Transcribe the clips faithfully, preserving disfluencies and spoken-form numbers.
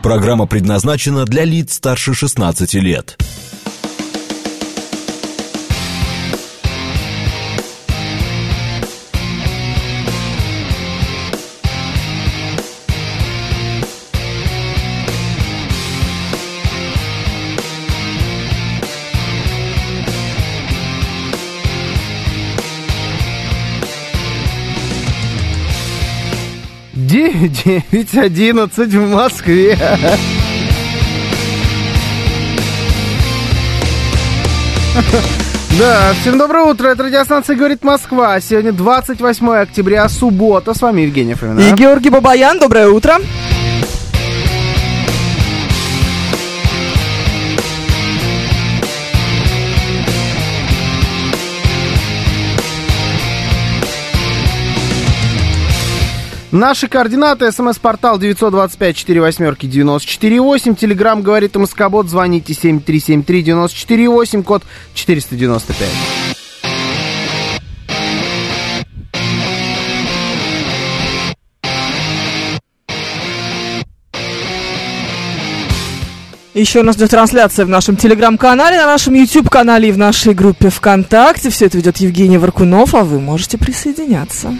Программа предназначена для лиц старше шестнадцати лет. девять одиннадцать в Москве. Да, всем доброе утро, это радиостанция «Говорит Москва». Сегодня двадцать восьмое октября, суббота. С вами Евгений Фомина. И Георгий Бабаян, доброе утро. Наши координаты: смс-портал девять два пять четыре восемь девяносто четыре восемь, телеграмм «Говорит МСК-бот», звоните семь три семь три девяносто четыре восемь, код четыреста девяносто пять. Еще у нас идет трансляция в нашем телеграм-канале, на нашем YouTube-канале и в нашей группе ВКонтакте. Все это ведет Евгений Варкунов, а вы можете присоединяться.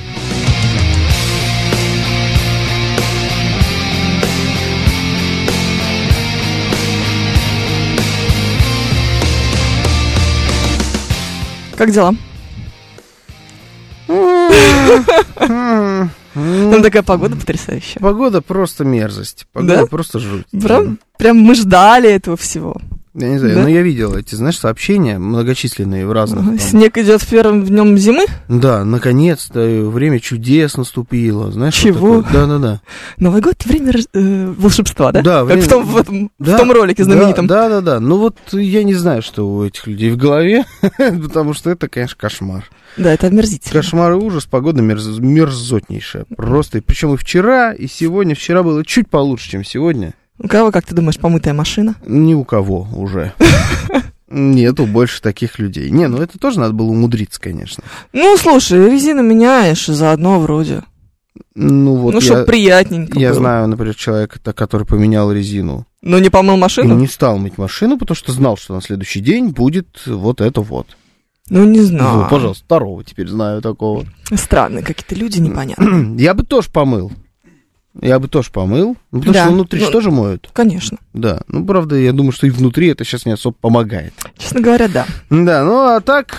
Как дела? Там такая погода потрясающая. Погода просто мерзость. Погода да? просто жуть. Прям, прям мы ждали этого всего. Я не знаю, да? но я видел эти, знаешь, сообщения многочисленные в разных... Там... Снег идет в первом днем зимы? Да, наконец-то время чудес наступило. Знаешь, чего? Вот да-да-да. Новый год — время э, волшебства, да? Да, как время... в том, в, этом, да, в том ролике знаменитом. Да, да-да-да. Ну вот я не знаю, что у этих людей в голове, потому что это, конечно, кошмар. Да, это омерзительно. Кошмар и ужас, погода мерз... мерзотнейшая. Просто. Причем и вчера, и сегодня. Вчера было чуть получше, чем сегодня. У кого, как ты думаешь, помытая машина? Ни у кого уже. Нету больше таких людей. Не, ну это тоже надо было умудриться, конечно. Ну, слушай, резину меняешь, и заодно вроде. Ну, вот ну, я, чтоб приятненько Я было. знаю, например, человека, который поменял резину. Но не помыл машину? Не стал мыть машину, потому что знал, что на следующий день будет вот это вот. Ну, не знаю. Ну, пожалуйста, второго теперь знаю такого. Странные какие-то люди, непонятные. Я бы тоже помыл. Я бы тоже помыл. Ну, потому да. что внутри ну, же тоже моют. Конечно. Да. Ну, правда, я думаю, что и внутри это сейчас не особо помогает. Честно говоря, да. Да, ну, а так...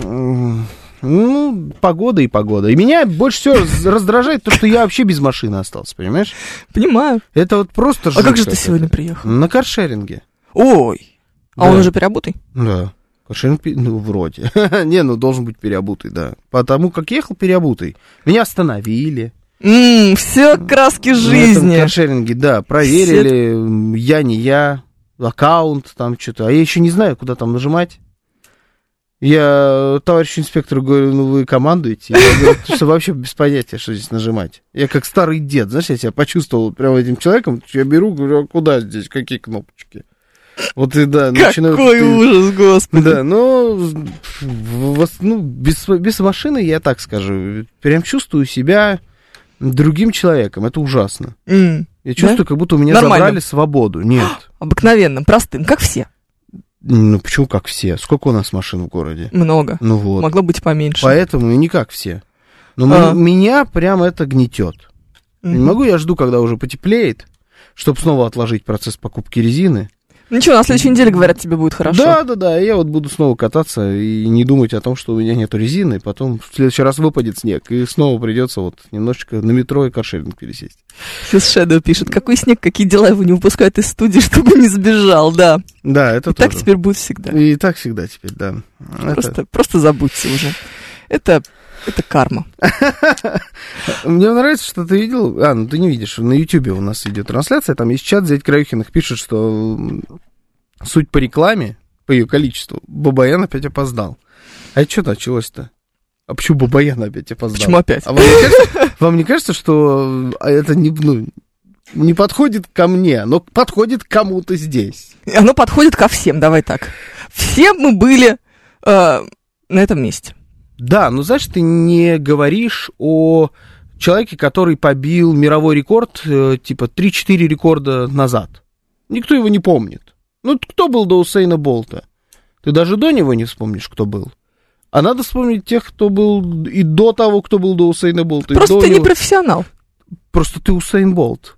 Ну, погода и погода. И меня больше всего раздражает то, что я вообще без машины остался, понимаешь? Понимаю. Это вот просто... А как же ты сегодня приехал? На каршеринге. Ой. А да. он уже переобутый? Да. Каршеринг, ну, вроде. Не, ну, должен быть переобутый, да. Потому как ехал переобутый. Меня остановили. Ммм, все краски жизни. На этом каршеринге, да, проверили, все... я не я, аккаунт там что-то, а я еще не знаю, куда там нажимать. Я товарищу инспектору говорю, ну вы командуете, я говорю, что вообще без понятия, что здесь нажимать. Я как старый дед, знаешь, я себя почувствовал прямо этим человеком, я беру, говорю, а куда здесь, какие кнопочки? Вот и да, начинаю... Какой ты... ужас, господи. Да, но ну, без, без машины, я так скажу, прям чувствую себя... другим человеком, это ужасно. Mm. Я чувствую, да? Как будто у меня Нормально. Забрали свободу. Нет. Обыкновенным, простым, как все. Ну, почему как все? Сколько у нас машин в городе? Много. Ну вот. Могло быть поменьше. Поэтому и не как все. Но а. меня прям это гнетет. Mm-hmm. Не могу, я жду, когда уже потеплеет, чтобы снова отложить процесс покупки резины. Ничего, на следующей неделе, говорят, тебе будет хорошо. Да, да, да, я вот буду снова кататься и не думать о том, что у меня нету резины, потом в следующий раз выпадет снег, и снова придется вот немножечко на метро и каршеринг пересесть. Филс Шэдоу пишет, какой снег, какие дела его не выпускают из студии, чтобы не сбежал, да. Да, это и тоже. так теперь будет всегда. И так всегда теперь, да. Просто, это... просто забудьте уже. Это... Это карма. Мне нравится, что ты видел... А, ну ты не видишь, на Ютьюбе у нас идет трансляция, там есть чат, зять Краюхиных пишет, что суть по рекламе, по ее количеству, Бабаян опять опоздал. А это что началось-то? А почему Бабаян опять опоздал? Почему опять? А вам не кажется, вам не кажется, что это не, ну, не подходит ко мне, но подходит к кому-то здесь? Оно подходит ко всем, давай так. Все мы были э, на этом месте. Да, но знаешь, ты не говоришь о человеке, который побил мировой рекорд, э, типа, три-четыре рекорда назад. Никто его не помнит. Ну, кто был до Усейна Болта? Ты даже до него не вспомнишь, кто был. А надо вспомнить тех, кто был и до того, кто был до Усейна Болта. Просто ты него. не профессионал. Просто ты Усейн Болт.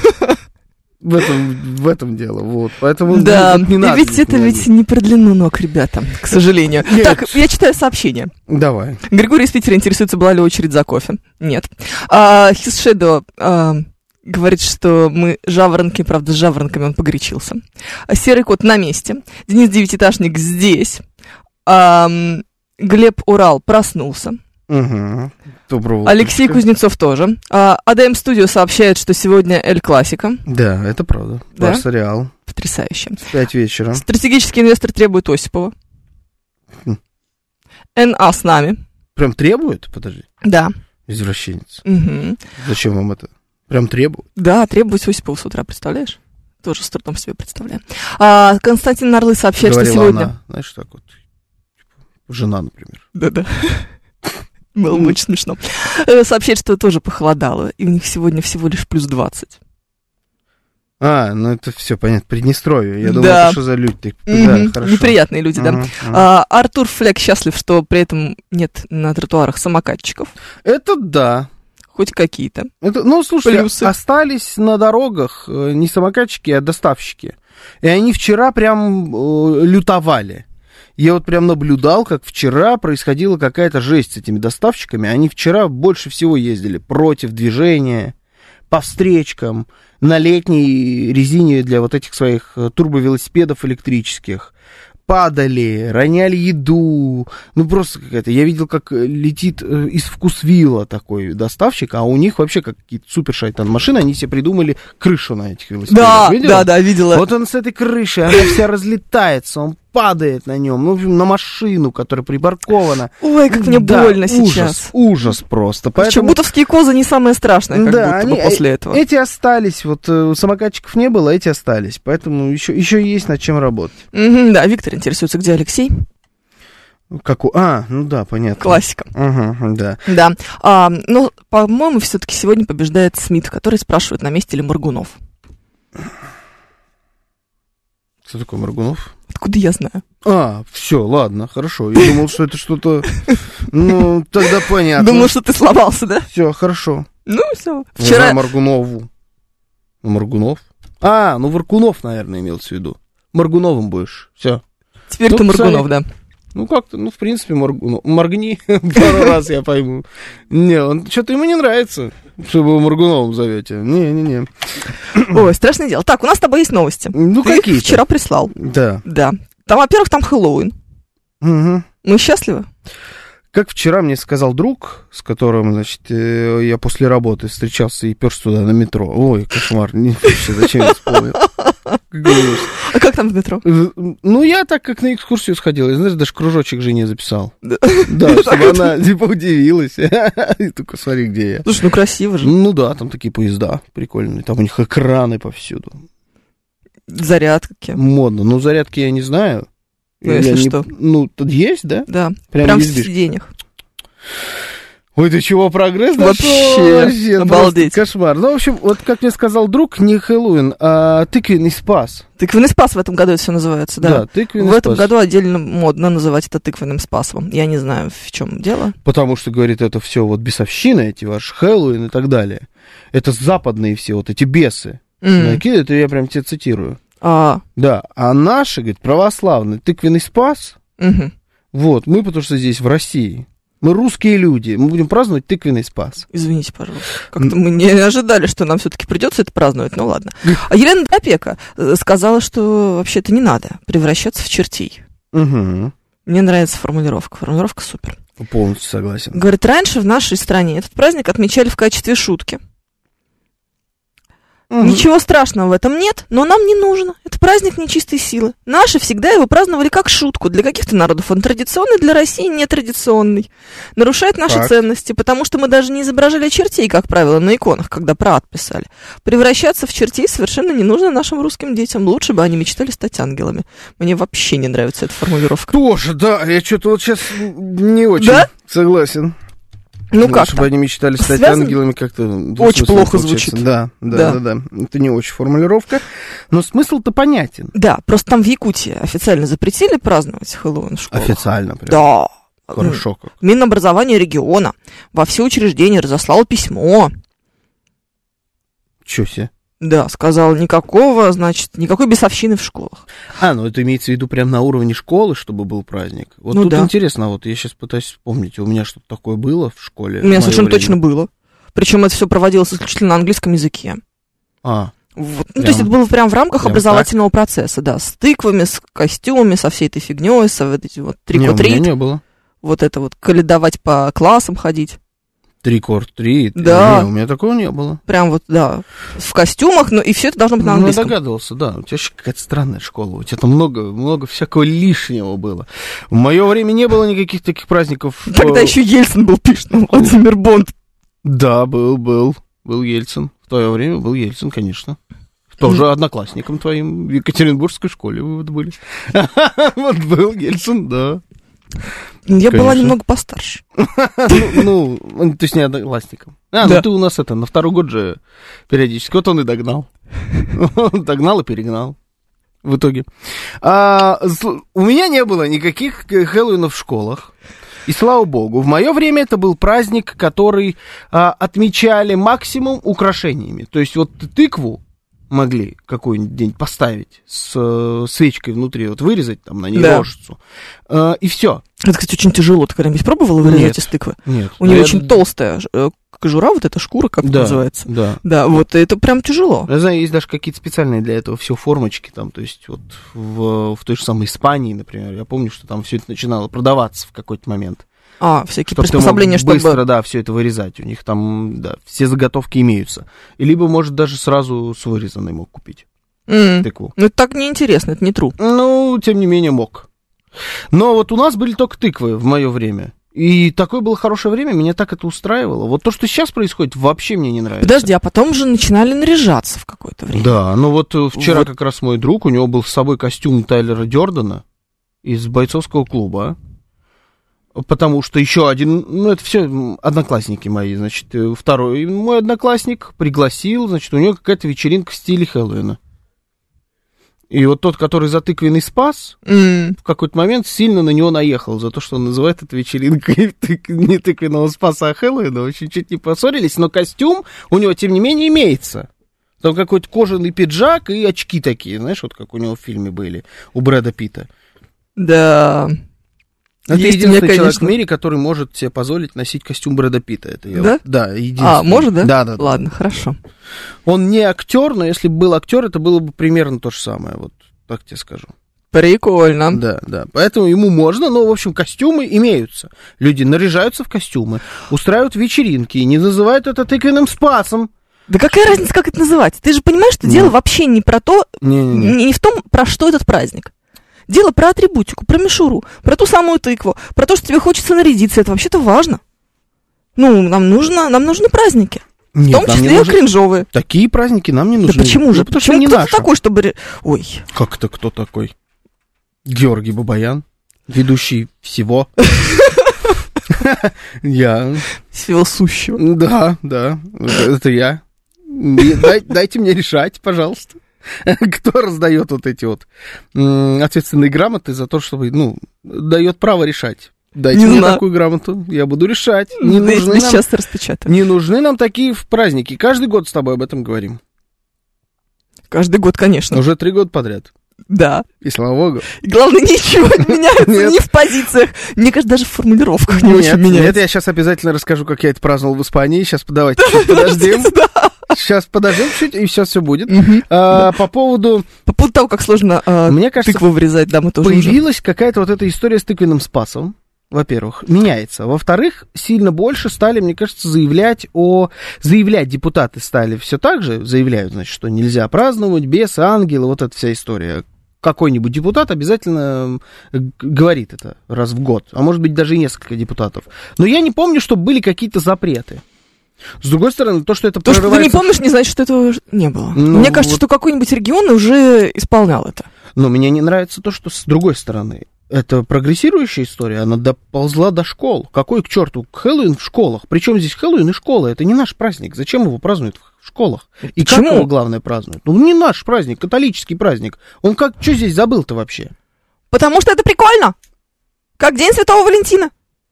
В этом, в этом дело, вот. Поэтому да, не надо. Ведь это ведь не про длину ног, ребята, к сожалению. Нет. Так, я читаю сообщение. Давай. Григорий из Питера интересуется, была ли очередь за кофе. Нет. А, His Shadow а, говорит, что мы жаворонки, правда, с жаворонками он погорячился. А, Серый кот на месте. Денис Девятиэтажник здесь. А, Глеб Урал проснулся. Угу. Доброго Алексей утречка. Кузнецов тоже. А, АДМ Студио сообщает, что сегодня Эль Классика. Да, это правда. Да? Барса Реал. Потрясающе. В пять вечера. Стратегический инвестор требует Осипова. Хм. эн а с нами. Прям требует? Подожди. Да. Извращенец. Угу. Зачем вам это? Прям требует? Да, требует Осипова с утра, представляешь? Тоже с трудом себе представляю. А, Константин Нарлы сообщает, Говорила что сегодня... она, знаешь, так вот. Жена, например. Да-да. Было бы очень смешно. Э, Сообщает, что тоже похолодало, и у них сегодня всего лишь плюс двадцать. А, ну это все понятно. Приднестровье. Я думал, Да. это что за люди? Да, Мгм. хорошо. Неприятные люди, да. Ага, ага. А, Артур Флек счастлив, что при этом нет на тротуарах самокатчиков. Это да. Хоть какие-то. Это, ну, слушайте, Плюсы. остались на дорогах э, не самокатчики, а доставщики. И они вчера прям э, лютовали. Я вот прям наблюдал, как вчера происходила какая-то жесть с этими доставщиками. Они вчера больше всего ездили против движения, по встречкам, на летней резине для вот этих своих э, турбовелосипедов электрических. Падали, роняли еду. Ну, просто какая-то... Я видел, как летит э, из Вкусвилла такой доставщик, а у них вообще как какие-то супер-шайтан машины, они себе придумали крышу на этих велосипедах. Да, Видела? да, да, видела. Вот он с этой крышей, она вся разлетается, он падает на нем, ну, в общем, на машину, которая припаркована. Ой, как мне Да, больно ужас, сейчас. Ужас просто. Причем Поэтому... бутовские козы не самое страшное, как Да, будто они, бы после этого. Эти остались, вот э, самокатчиков не было, эти остались, поэтому еще, еще есть над чем работать. Мгм, да, Виктор интересуется, где Алексей? Как у... А, ну да, понятно. Классика. Угу, да. Да. А, ну, по-моему, все-таки сегодня побеждает Смит, который спрашивает, на месте ли Моргунов. Кто такой Моргунов? Откуда я знаю? А, все, ладно, хорошо. Я думал, что это что-то... Ну, тогда понятно. Думал, что ты сломался, да? Все, хорошо. Ну, все. Вчера... Вчера... Моргунову. Моргунов? А, ну Варкунов, наверное, имелся в виду. Моргуновым будешь. Все. Теперь Ну, ты Моргунов, кстати, да. Ну, как-то, ну, в принципе, моргу... моргни пару раз, я пойму. Не, он что-то ему не нравится, что вы его Моргуновым зовете. Не-не-не. Ой, страшное дело. Так, у нас с тобой есть новости. Ну, Ты их какие-то. вчера прислал. Да. Да. Там, во-первых, там Хэллоуин. Угу. Мы счастливы? Как вчера мне сказал друг, с которым, значит, э, я после работы встречался и перс туда на метро. Ой, кошмар, не, вообще, зачем я вспомнил? Грусть. А как там в метро? Э, Ну, я так как на экскурсию сходил, я, знаешь, даже кружочек жене записал. Да. Да, чтобы она, типа, удивилась. И только смотри, где я. Слушай, ну красиво же. Ну да, там такие поезда прикольные, там у них экраны повсюду. Зарядки. Модно. Ну, зарядки я не знаю. Ну, Я если не- что. Ну, тут есть, да? Да. Прям Прям в ездишь. сиденьях. Ой, ты чего, прогресс Вообще, нашел? Вообще, обалдеть. просто кошмар. Ну, в общем, вот как мне сказал друг, не Хэллоуин, а тыквенный спас. Тыквенный спас в этом году это все называется, да. Да, тыквенный В этом спас. году отдельно модно называть это тыквенным спасом. Я не знаю, в чем дело. Потому что, говорит, это все вот бесовщина, эти ваши Хэллоуин и так далее. Это западные все вот эти бесы. М. Накидывают, это я прям тебе цитирую. А, Да, а наши, говорит, православный тыквенный спас, мгм. вот, мы потому что здесь в России, мы русские люди, мы будем праздновать тыквенный спас. Извините, пожалуйста. Как-то мы не ожидали, что нам все-таки придется это праздновать, ну ладно. А Елена Дропека э, сказала, что вообще-то не надо превращаться в чертей. Угу. Мне нравится формулировка. Формулировка супер. Полностью согласен. Говорит, раньше в нашей стране этот праздник отмечали в качестве шутки. Мгм. Ничего страшного в этом нет, но нам не нужно. Это праздник нечистой силы. Наши всегда его праздновали как шутку. Для каких-то народов он традиционный, для России нетрадиционный. Нарушает наши Так. ценности, потому что мы даже не изображали чертей, как правило, на иконах, когда про ад писали. Превращаться в чертей совершенно не нужно нашим русским детям. Лучше бы они мечтали стать ангелами. Мне вообще не нравится эта формулировка. Тоже, да, я что-то вот сейчас не очень Да? согласен. Ну как Чтобы они мечтали стать Связан? ангелами, как-то... Очень плохо получается. звучит. Да, да, Да. да, да. Это не очень формулировка. Но смысл-то понятен. Да, просто там в Якутии официально запретили праздновать Хэллоуин в школах. Официально прям. Да. Хорошо как. Минобразование региона во все учреждения разослало письмо. Чё себе? Да, сказал, никакого, значит, никакой бесовщины в школах. А, ну это имеется в виду прям на уровне школы, чтобы был праздник. Вот Ну тут да. интересно, вот я сейчас пытаюсь вспомнить, у меня что-то такое было в школе. У меня в моё совершенно время. точно было. Причем это все проводилось исключительно на английском языке. А, Вот. Ну, Прям- то есть это было прям в рамках прям образовательного процесса, да, с тыквами, с костюмами, со всей этой фигней, со вот эти вот не, у меня трик-or-трит, не было. вот это вот каледовать по классам ходить. Трик-or-трит. Да. Не, у меня такого не было. Прям вот, да, в костюмах, ну и все это должно быть на Ну, я английском. догадывался, да. У тебя еще какая-то странная школа. У тебя там много, много всякого лишнего было. В мое время не было никаких таких праздников. Тогда Э, еще Ельцин был пишет, Владимир Бонд. Да, был, был. Был Ельцин. В твое время был Ельцин, конечно. Тоже одноклассником твоим в Екатеринбургской школе вы вот были. Вот был Ельцин, да. Я была Конечно. немного постарше. Ну, ну, то есть не одноклассником. А, ну Да. ты у нас это, на второй год же периодически. Вот он и догнал. Он догнал и перегнал. В итоге. А, с- у меня не было никаких Хэллоуинов в школах. И слава богу, в мое время это был праздник, который а, отмечали максимум украшениями. То есть вот тыкву могли какой-нибудь день поставить с э, свечкой внутри, вот вырезать там на ней Да. рожицу. Э, и все. Это, кстати, очень тяжело. Ты когда-нибудь пробовала вырезать Нет. из тыквы? Нет. У нее Я- очень толстая э, кожура, вот эта шкура, как это Да, называется. да. Да, вот это прям тяжело. Я знаю, есть даже какие-то специальные для этого все формочки там, то есть вот в, в той же самой Испании, например, я помню, что там все это начинало продаваться в какой-то момент. А, всякие Чтоб ты мог приспособления, чтобы... быстро, да, все это вырезать. У них там, да, все заготовки имеются. И либо, может, даже сразу с вырезанной мог купить М. тыкву. Ну, это так неинтересно, это не true. Ну, тем не менее, мог. Но вот у нас были только тыквы в мое время. И такое было хорошее время, меня так это устраивало. Вот то, что сейчас происходит, вообще мне не нравится. Подожди, а потом же начинали наряжаться в какое-то время. Да, ну вот э, вчера Вот. как раз мой друг, у него был с собой костюм Тайлера Дёрдена из бойцовского клуба. Потому что еще один, ну это все одноклассники мои, значит, э, второй мой одноклассник пригласил, значит, у него какая-то вечеринка в стиле Хэллоуина. И вот тот, который за тыквенный спас, М. в какой-то момент сильно на него наехал за то, что он называет это вечеринкой тык- не тыквенного спаса, а Хэллоуина. Очень чуть не поссорились, но костюм у него, тем не менее, имеется. Там какой-то кожаный пиджак и очки такие, знаешь, вот как у него в фильме были, у Брэда Питта. Да. Это Есть у единственный меня, человек конечно. в мире, который может себе позволить носить костюм Брэда Питта. Это я Да? вот- да, единственный. А, может, да? Да, да, да. Ладно, хорошо. Он не актер, но если бы был актер, это было бы примерно то же самое, вот так тебе скажу. Прикольно. Да, да. Поэтому ему можно, но, в общем, костюмы имеются. Люди наряжаются в костюмы, устраивают вечеринки и не называют это тыквенным спасом. Да какая разница, как это называть? Ты же понимаешь, что Ну. дело вообще не про то, Не-не-не. не в том, про что этот праздник. Дело про атрибутику, про мишуру, про ту самую тыкву, про то, что тебе хочется нарядиться. Это вообще-то важно. Ну, нам нужно, нам нужны праздники. В Нет, том нам не числе и нужны- кринжовые. Такие праздники нам не нужны. Да почему же? Ну, потому что Почему не кто ты наши. такой, чтобы... ре- Ой, Как это кто такой? Георгий Бабаян, ведущий всего. Я. всего сущего. Да, да, это я. И дай- Дайте мне решать, пожалуйста. Кто раздает вот эти вот м, ответственные грамоты за то, чтобы, ну, дает право решать. Дайте Не мне знаю. такую грамоту, я буду решать. Не Да, нужны, да нам, сейчас распечатаю. не нужны нам такие в праздники. Каждый год с тобой об этом говорим. Каждый год, конечно. Уже три года подряд. Да. И слава богу. И главное, ничего не меняется Нет. ни в позициях. Мне кажется, даже в формулировках не очень Нет, меняется. это я сейчас обязательно расскажу, как я это праздновал в Испании. Сейчас давайте чуть подождем. Сейчас подождем чуть, и сейчас все будет. Мгм. А, по поводу... По поводу того, как сложно а, Мне кажется, тыкву вырезать, да, мы тоже уже. появилась какая-то вот эта история с тыквенным спасом, во-первых, меняется. Во-вторых, сильно больше стали, мне кажется, заявлять о... Заявлять депутаты стали все так же, заявляют, значит, что нельзя праздновать, бесы, ангелы, вот эта вся история. Какой-нибудь депутат обязательно г- говорит это раз в год, а может быть даже и несколько депутатов. Но я не помню, чтобы были какие-то запреты. С другой стороны, то, что это То, что ты не прорывается... помнишь, не значит, что этого не было. Ну, Мне кажется, вот- что какой-нибудь регион уже исполнял это. Но мне не нравится то, что с другой стороны. это прогрессирующая история, она доползла до школ. Какой к черту Хэллоуин в школах? Причем здесь Хэллоуин и школа? Это не наш праздник. Зачем его празднуют в школах? И Почему? как его, главное, празднуют? Ну, не наш праздник, католический праздник. Он как, что здесь забыл-то вообще? Потому что это прикольно. Как День Святого Валентина.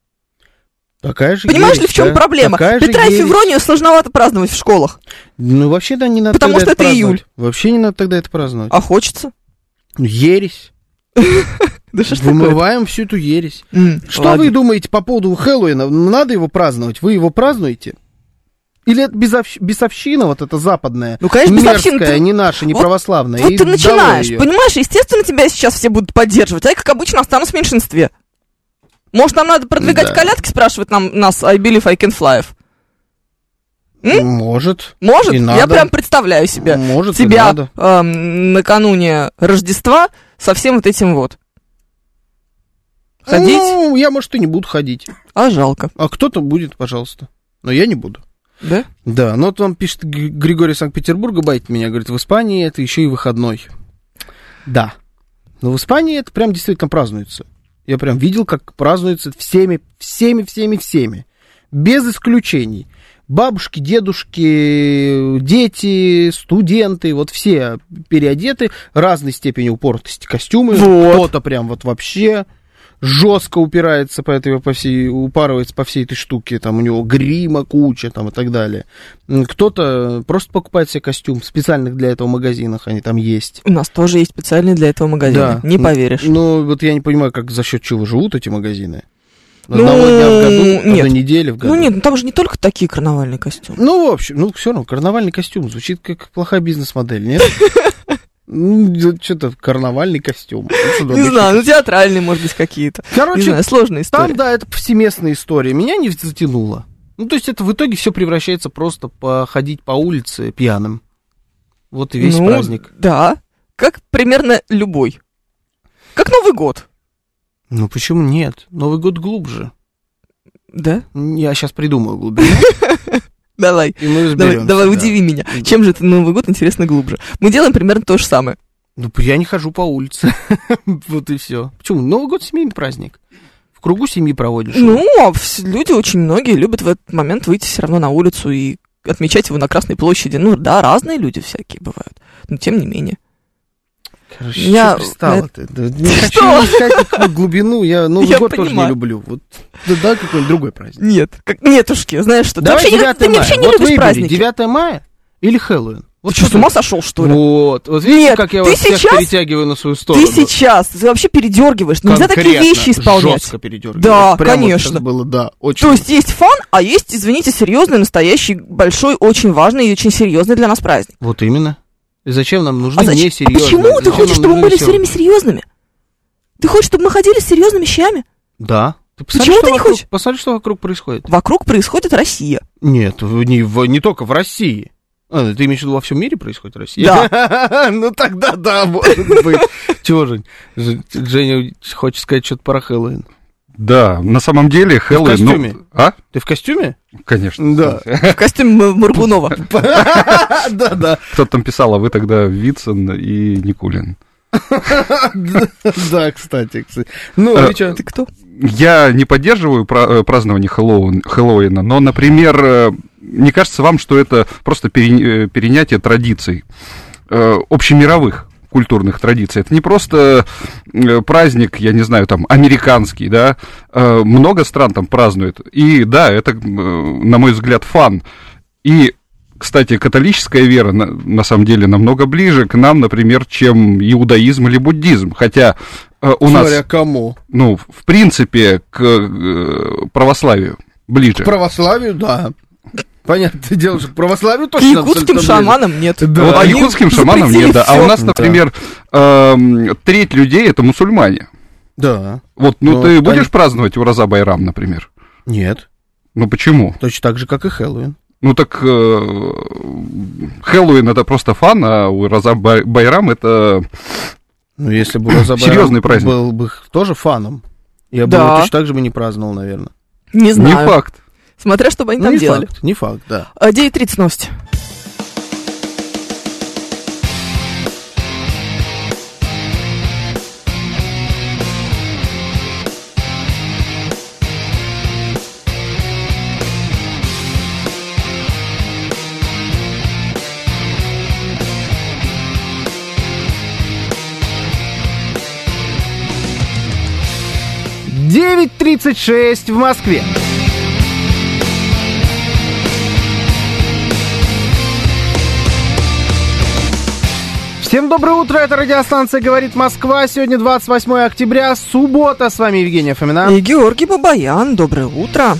Такая же Понимаешь ересь, ли, в чем да? проблема? Такая же Петра и ересь. Февронию сложновато праздновать в школах. Ну, вообще-то не надо Потому тогда что это это праздновать. июль. Вообще не надо тогда это праздновать. А хочется. Ересь. Да что ж такое? Вымываем всю эту ересь. М, Что ладно. вы думаете по поводу Хэллоуина? Надо его праздновать? Вы его празднуете? Или это безовщ- бесовщина вот эта западная? Ну, конечно, бесовщина. Мерзкая, Ты- не наша, не вот- православная. Вот и ты долой начинаешь, её. понимаешь, естественно, тебя сейчас все будут поддерживать, а я, как обычно, останусь в меньшинстве. Может, нам надо продвигать Да. колядки, спрашивает нам, нас I believe I can fly. М? Может. Может? И Я надо. прям представляю себя. Может, и Тебя надо. эм, накануне Рождества со всем вот этим вот. Ходить? Ну, я, может, и не буду ходить. А жалко. А кто-то будет, пожалуйста. Но я не буду. Да? Да, ну вот вам пишет Г- Григорий из Санкт-Петербурга, байтит меня, говорит, в Испании это еще и выходной. Да. Но в Испании это прям действительно празднуется. Я прям видел, как празднуется всеми, всеми, всеми, всеми. Без исключений. Бабушки, дедушки, дети, студенты, вот все переодеты, разной степени упоротости костюмы. Вот. Кто-то прям вот вообще жестко упирается по этой, по всей, упарывается по всей этой штуке, там у него грима куча там и так далее. Кто-то просто покупает себе костюм в специальных для этого магазинах, они там есть. У нас тоже есть специальный для этого магазин. Да. Не поверишь. Ну, вот я не понимаю, как за счет чего живут эти магазины. Ну, Одного дня в году, нет. одной недели в году. Ну нет, ну там же не только такие карнавальные костюмы. Ну, в общем, ну, все равно, карнавальный костюм звучит как плохая бизнес-модель, нет? Ну, что-то карнавальный костюм. Не знаю, ну театральные, может быть, какие-то. Не Короче, знаю, сложная история. там, да, это повсеместная история. Меня не затянуло. Ну, то есть это в итоге все превращается просто походить по улице пьяным. Вот и весь Ну, праздник. Да, как примерно любой. Как Новый год. Ну, почему нет? Новый год глубже. Да? Я сейчас придумаю глубину, Давай. и мы Давай, разберемся. давай да. удиви меня. Чем же это Новый год интересно глубже? Мы делаем примерно то же самое. Ну, я не хожу по улице. Вот и все. Почему? Новый год семейный праздник. В кругу семьи проводишь. Ну, а вс- люди очень многие любят в этот момент выйти все равно на улицу и отмечать его на Красной площади. Ну, да, разные люди всякие бывают. Но тем не менее. Короче, Я- что пристала ты? Да не хочу Что? искать никакую глубину. Я Новый Я год тоже не понимаю. люблю. Вот, да, да, какой-нибудь другой праздник. Нет. Как, нетушки, знаешь что? Ты Давай вообще, не- девятое ты мая. вообще не Вот любишь выбери, праздники. девятое мая или Хэллоуин? Вот Ты что, с ума сошел, что ли? Вот. Вот видите, Нет, как я ты вас всех сейчас- перетягиваю на свою сторону? Ты сейчас, ты вообще передергиваешь. Нельзя такие Конкретно, вещи исполнять. жестко передергиваю. Да, Прямо вот конечно. сейчас было, да, очень. То есть есть фан, а есть, извините, серьезный, настоящий, большой, очень важный и очень серьезный для нас праздник. Вот именно. И зачем нам нужны А, зач- а несерьезные? почему ты Зачем хочешь, нам чтобы мы нужны были веселые? все время серьезными? Ты хочешь, чтобы мы ходили с серьезными вещами? Да. Ты посмотри, Почему что ты не вокруг, хочешь? посмотри, что вокруг происходит. Вокруг происходит Россия. Нет, в- не, в- не только в России. А, ты имеешь в виду, во всем мире происходит Россия? Да. Ну тогда да, может быть. Чего же? Ж- Женя хочет сказать что-то про Хэллоуин. Да, на самом деле Хэллоуин... ну, костюме? а? Ты в костюме? Конечно. Да. В костюме Моргунова. Да, да. Кто-то там писал, а вы тогда Вицин и Никулин. Да, кстати, кстати. Ну, Э, и чё? Ты кто? Я не поддерживаю пра- э, празднование Хэллоуин- Хэллоуина, но, например, э, не кажется вам, что это просто пере- э, перенятие традиций, э, общемировых культурных традиций. Это не просто э, праздник, я не знаю, там, американский, да, э, много стран там празднуют, и да, это, э, на мой взгляд, фан. И, кстати, католическая вера, на, на самом деле, намного ближе к нам, например, чем иудаизм или буддизм, хотя э, у Смотря нас, кому. ну, в принципе, к э, православию ближе. К православию, да. Понятное дело, что к православию К точно якутским абсолютно ближе. шаманам нет. Да. Вот Они якутским шаманам запретили нет, да. А всё. у нас, например, эм, треть людей это мусульмане. Да. Вот, ну Ну, ты они- будешь праздновать Ураза Байрам, например? Нет. Ну почему? Точно так же, как и Хэллоуин. Ну так э, Хэллоуин это просто фан, а Ураза Бай- Байрам это... Ну, если бы Роза Серьезный Байрам праздник. был бы тоже фаном, я бы Да. его точно так же бы не праздновал, наверное. Не Не знаю. факт. Смотря, что бы они Ну, там не делали. факт, не факт, да. А, девять тридцать новости. девять тридцать шесть в Москве. Всем доброе утро, это радиостанция «Говорит Москва». Сегодня двадцать восьмое октября, суббота. С вами Евгения Фомина. И Георгий Бабаян. Доброе утро.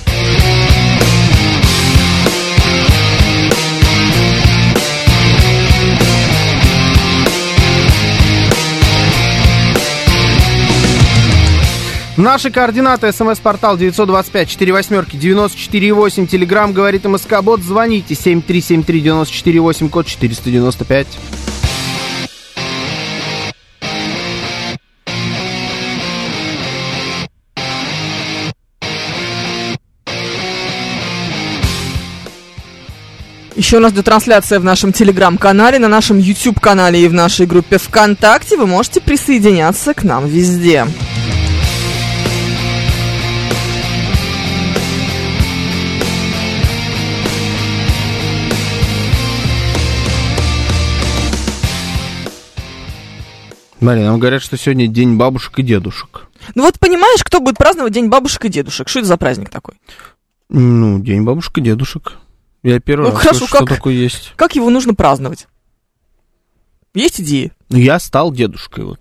Наши координаты: смс-портал девять два пять четыре восемь девяносто четыре восемь, телеграмм «Говорит МСК-бот», звоните семь три семь три девяносто четыре восемь, код четыреста девяносто пять. Еще у нас идет трансляция в нашем телеграм-канале, на нашем YouTube-канале и в нашей группе ВКонтакте. Вы можете присоединяться к нам везде. Мария, нам говорят, что сегодня день бабушек и дедушек. Ну вот понимаешь, кто будет праздновать День бабушек и дедушек? Что это за праздник такой? Ну, день бабушек и дедушек. Я первый Ну, раз хорошо, слышу, как- что такое есть. Как его нужно праздновать? Есть идеи? Ну, я стал дедушкой, вот.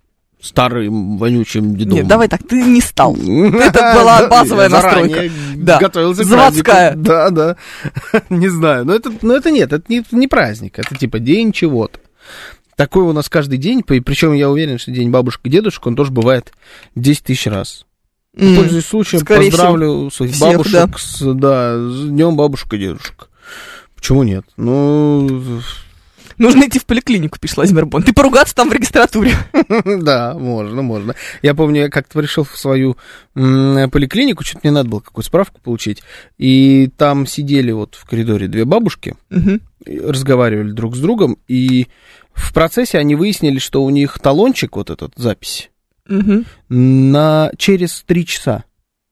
Старым, вонючим дедом. Нет, давай так, ты не стал. Это была базовая настройка. Да. Готовился к Заводская. празднику. Да, да. Не знаю. Но это, но это нет, это не, не праздник. Это типа день чего-то. Такой у нас каждый день. Причем я уверен, что день бабушек и дедушек, он тоже бывает десять тысяч раз. М, Пользуясь случаем, скорее поздравлю своих всех, бабушек да. с, да, с днем бабушек и дедушек. Почему нет? Ну, Нужно идти в поликлинику, пишет Владимир Бон. Ты поругаться там в регистратуре. да, можно, можно. Я помню, я как-то пришел в свою м, поликлинику, что-то мне надо было какую-то справку получить, и там сидели вот в коридоре две бабушки, Мгм. и разговаривали друг с другом, и в процессе они выяснили, что у них талончик, вот этот, запись, Мгм. на через три часа.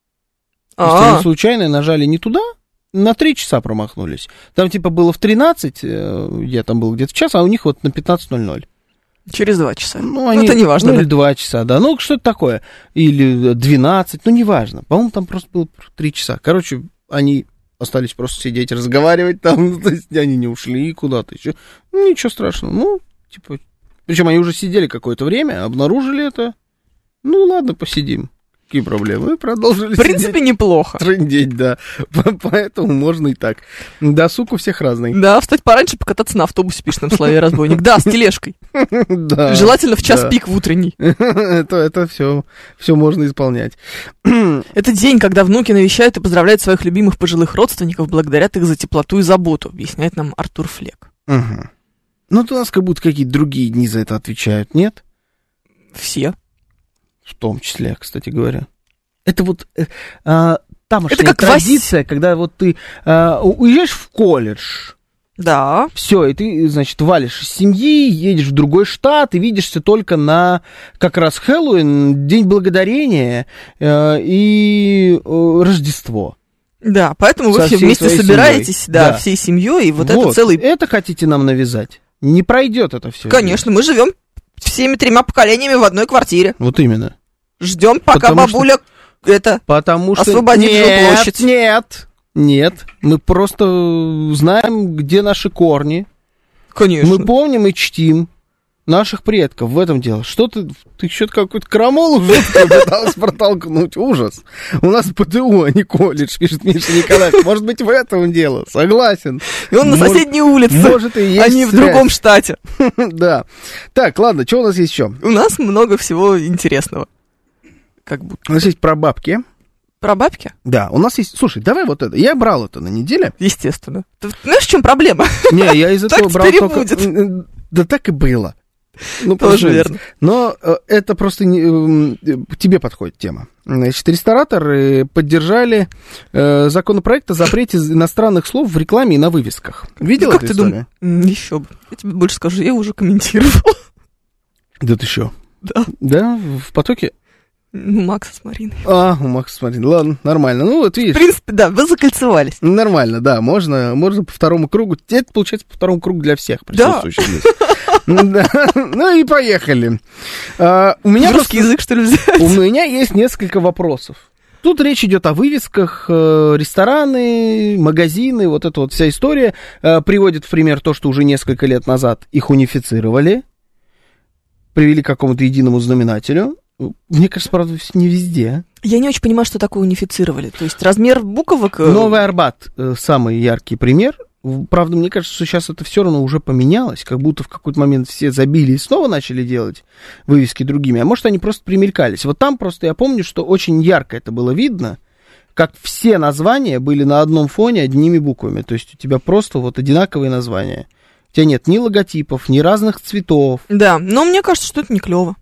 То есть А, они случайно нажали не туда, на три часа промахнулись. Там типа было в тринадцать, э, я там был где-то в час, а у них вот на пятнадцать ноль ноль. через два часа. Ну, Ну, они, это не важно, ну, да. или два часа, да. Ну, что-то такое. Или двенадцать, ну, неважно. По-моему, там просто было три часа. Короче, они остались просто сидеть, разговаривать там. То есть они не ушли куда-то еще. Ну, ничего страшного. Ну, типа... Причем они уже сидели какое-то время, обнаружили это. Ну, ладно, посидим. Какие проблемы? И продолжили В принципе, сидеть. неплохо. Трындеть, да. По- Поэтому можно и так. Досуг у всех разный. Да, встать пораньше, покататься на автобусе, пишет нам Славия Разбойник. Да, с тележкой. Да. Желательно в час да. пик в утренний. Это, это все, все можно исполнять. Это день, когда внуки навещают и поздравляют своих любимых пожилых родственников, благодарят их за теплоту и заботу, объясняет нам Артур Флек. Угу. Ну, то у нас как будто какие-то другие дни за это отвечают, нет? Все. В том числе, кстати говоря. Это вот э, а, тамошняя Это как традиция, когда вот ты а, у- уезжаешь в колледж, Да. все, и ты, значит, валишь из семьи, едешь в другой штат и видишься только на как раз Хэллоуин, День Благодарения э, и э, Рождество. Да, поэтому вы Со все всей вместе своей собираетесь, семьей. да, Да. всей семьей, и вот, это целый... Это хотите нам навязать? Не пройдет это все. Конечно, мы живем всеми тремя поколениями в одной квартире. Вот именно. Ждем, пока Потому что- бабуля это... Потому что... Освободит нет, жилплощадь. нет, нет. Мы просто знаем, где наши корни. Конечно. Мы помним и чтим наших предков. В этом дело. Что ты... Ты что-то какую-то крамолу жуткую пыталась протолкнуть. Ужас. У нас ПТУ, а не колледж, пишет Миша Николаев. Может быть, в этом дело. Согласен. И он на Может- соседней улице, Может и есть а не в связь. другом штате. Да. Так, ладно, что у нас есть еще? У нас много всего интересного. Как будто. У нас есть про бабки. Про бабки? Да, у нас есть... Слушай, давай вот это. Я брал это на неделе. Естественно. Ты знаешь, в чем проблема? Не, я из Так этого брал теперь и только... будет. М, Да так и было. Ну, Тоже просто- верно. Но э, это просто не, м, э, тебе подходит тема. Значит, рестораторы поддержали э, законопроект о запрете иностранных слов в рекламе и на вывесках. Видел Ну, как эту ты историю? думаешь? Еще бы. Я тебе больше скажу, я уже комментировал. Да ты что? Да. Да, в потоке? Ну, Макса с Мариной. А, у Макса с Мариной. Ладно, нормально. Ну, вот видишь. В принципе, да, вы закольцевались. Нормально, да, можно, можно по второму кругу. Это получается по второму кругу для всех присутствующих здесь. Ну и поехали. У меня русский язык, что ли, взять? У меня есть несколько вопросов. Тут речь идет о вывесках, рестораны, магазины, вот эта вот вся история. Приводит в пример то, что уже несколько лет назад их унифицировали, привели к какому-то единому знаменателю. Мне кажется, правда, не везде. Я не очень понимаю, что такое унифицировали. То есть размер буквок... Новый Арбат самый яркий пример. Правда, мне кажется, что сейчас это все равно уже поменялось, как будто в какой-то момент все забили и снова начали делать вывески другими, а может, они просто примелькались. Вот там просто я помню, что очень ярко это было видно, как все названия были на одном фоне одними буквами, то есть у тебя просто вот одинаковые названия. У тебя нет ни логотипов, ни разных цветов. Да, но мне кажется, что это не клево.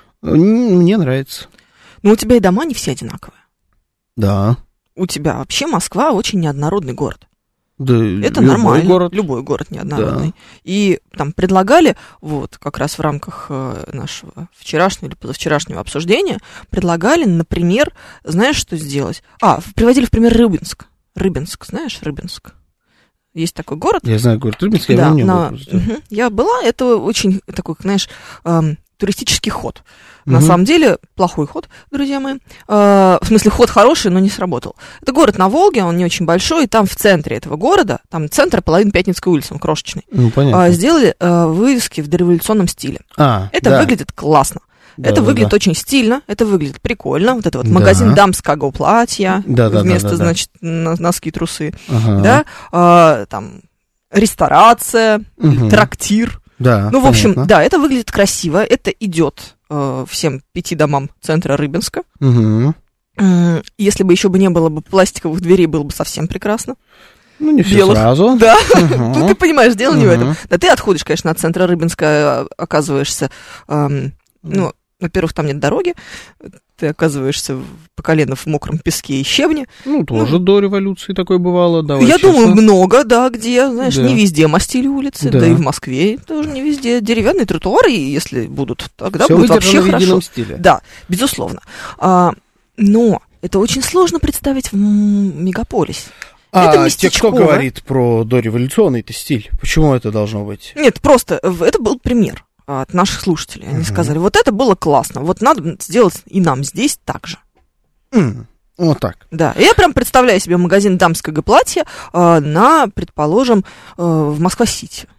Мне нравится. Но у тебя и дома не все одинаковые. Да. У тебя вообще Москва очень неоднородный город. Да, это любой нормально. Город. Любой город неоднородный. Да. И там предлагали, вот как раз в рамках нашего вчерашнего или позавчерашнего обсуждения, предлагали, например, знаешь, что сделать? А, приводили в пример Рыбинск. Рыбинск, знаешь, Рыбинск? Есть такой город. Я знаю город Рыбинск, я да, в нем на... был. Угу. Я была, это очень такой, знаешь, эм, туристический ход. На угу. самом деле, плохой ход, друзья мои. Э, в смысле, ход хороший, но не сработал. Это город на Волге, он не очень большой, и там в центре этого города, там центр, половина Пятницкой улицы, он крошечный, ну, э, сделали э, вывески в дореволюционном стиле. А, это да. выглядит классно. Да, это да, выглядит да. очень стильно, это выглядит прикольно. Вот это вот да. магазин дамского платья да, да, вместо, да, да, да. значит, носки, трусы. Ага. Да, э, там, ресторация, угу. трактир. Да, ну, в общем, понятно. да, это выглядит красиво, это идет э, всем пяти домам центра Рыбинска. Угу. Э, если бы еще бы не было бы пластиковых дверей, было бы совсем прекрасно. Ну, не все Белых. сразу. Да, угу. ну, ты понимаешь, дело не в Угу. этом. Да ты отходишь, конечно, от центра Рыбинска, оказываешься, эм, ну, во-первых, там нет дороги, ты оказываешься по колено в мокром песке и щебне. Ну, тоже ну, до революции такое бывало, давай Я честно. думаю, много, да, где, знаешь, да. не везде мастили улицы, да. да и в Москве тоже не везде. Деревянные тротуары, если будут, тогда Всё будет вообще в хорошо. едином стиле. Да, безусловно. А, но это очень сложно представить в мегаполисе. А это те, кто говорит про дореволюционный-то стиль? Почему это должно быть? Нет, просто это был пример от наших слушателей. Они uh-huh. сказали, вот это было классно, вот надо сделать и нам здесь так же. Mm, вот так. Да, я прям представляю себе магазин дамского платья э, на, предположим, э, в Москва-Сити.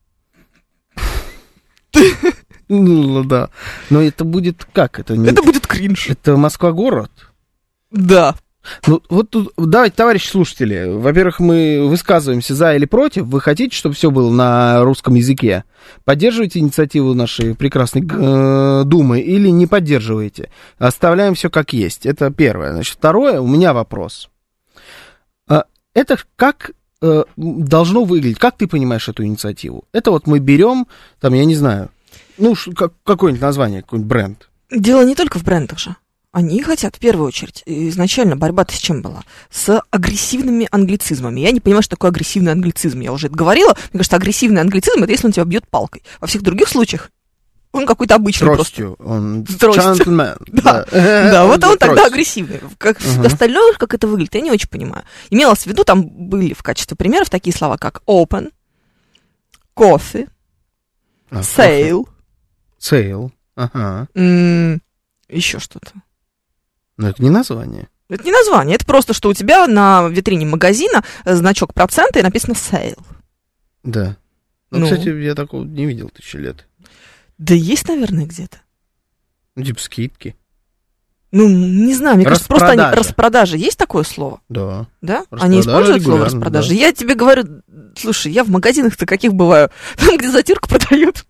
Ну, да. Но это будет как? Это, не... это будет кринж. Это Москва-город? Да. Ну, вот тут, давайте, товарищи слушатели, во-первых, мы высказываемся за или против. Вы хотите, чтобы все было на русском языке? Поддерживаете инициативу нашей прекрасной э, Думы или не поддерживаете? Оставляем все как есть. Это первое. Значит, второе, у меня вопрос. Это как э, должно выглядеть? Как ты понимаешь эту инициативу? Это вот мы берем, там, я не знаю, ну, как, какое-нибудь название, какой-нибудь бренд. Дело не только в брендах же. Они хотят, в первую очередь, изначально борьба-то с чем была? С агрессивными англицизмами. Я не понимаю, что такое агрессивный англицизм. Я уже это говорила. Мне кажется, агрессивный англицизм — это если он тебя бьет палкой. Во всех других случаях он какой-то обычный Тростью. просто. Он джентльмен. Да, да, вот он тогда агрессивный. Как остальное, как это выглядит, я не очень понимаю. Имелось в виду, там были в качестве примеров такие слова, как open, coffee, sale. Sale, ага. Еще что-то. Но это не название. Это не название, это просто, что у тебя на витрине магазина значок процента и написано sale. Да. Ну, ну, кстати, я такого не видел тысячи лет. Да есть, наверное, где-то. Ну, типа скидки. Ну, не знаю, мне кажется, просто они... Распродажа. Есть такое слово? Да. Да? Они используют слово распродажа? Да. Я тебе говорю, слушай, я в магазинах-то каких бываю? Там, где затирку продают.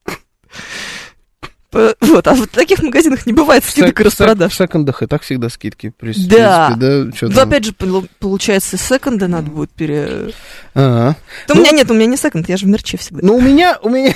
Вот, а в таких магазинах не бывает скидок и распродаж. В секондах и так всегда скидки. При, да. Принципе, да. Но опять же, получается, секонды надо будет пере... Ага. Ну, у меня нет, у меня не секонд, я же в мерче всегда. Ну, у меня, у меня...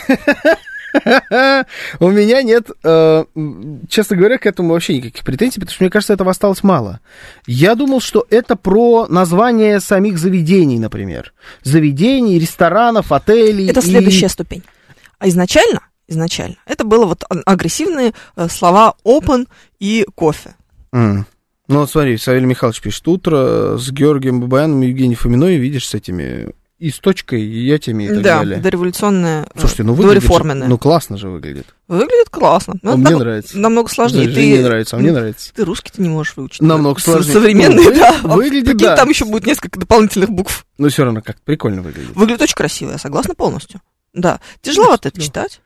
У меня нет, честно говоря, к этому вообще никаких претензий, потому что, мне кажется, этого осталось мало. Я думал, что это про название самих заведений, например. Заведений, ресторанов, отелей. Это следующая ступень. А изначально... изначально. Это было вот агрессивные э, слова open и кофе. Mm. Ну вот смотри, Савелий Михайлович пишет: утро с Георгием Бабаяном и Евгением Фоминой, видишь, с этими и с точкой, и ятями и так да, далее. Дореволюционная, слушайте, ну выглядит дореформенная. же, ну классно же выглядит. Выглядит классно. А мне нам, нравится. Намного сложнее. Ты, мне нравится, а мне нравится. Ты русский ты не можешь выучить. Намного сложнее. Современный, ну, да. Выглядит, Прикинь, да. Там еще будет несколько дополнительных букв. Но все равно как прикольно выглядит. Выглядит очень красиво, я согласна полностью. Да. Тяжеловато это читать.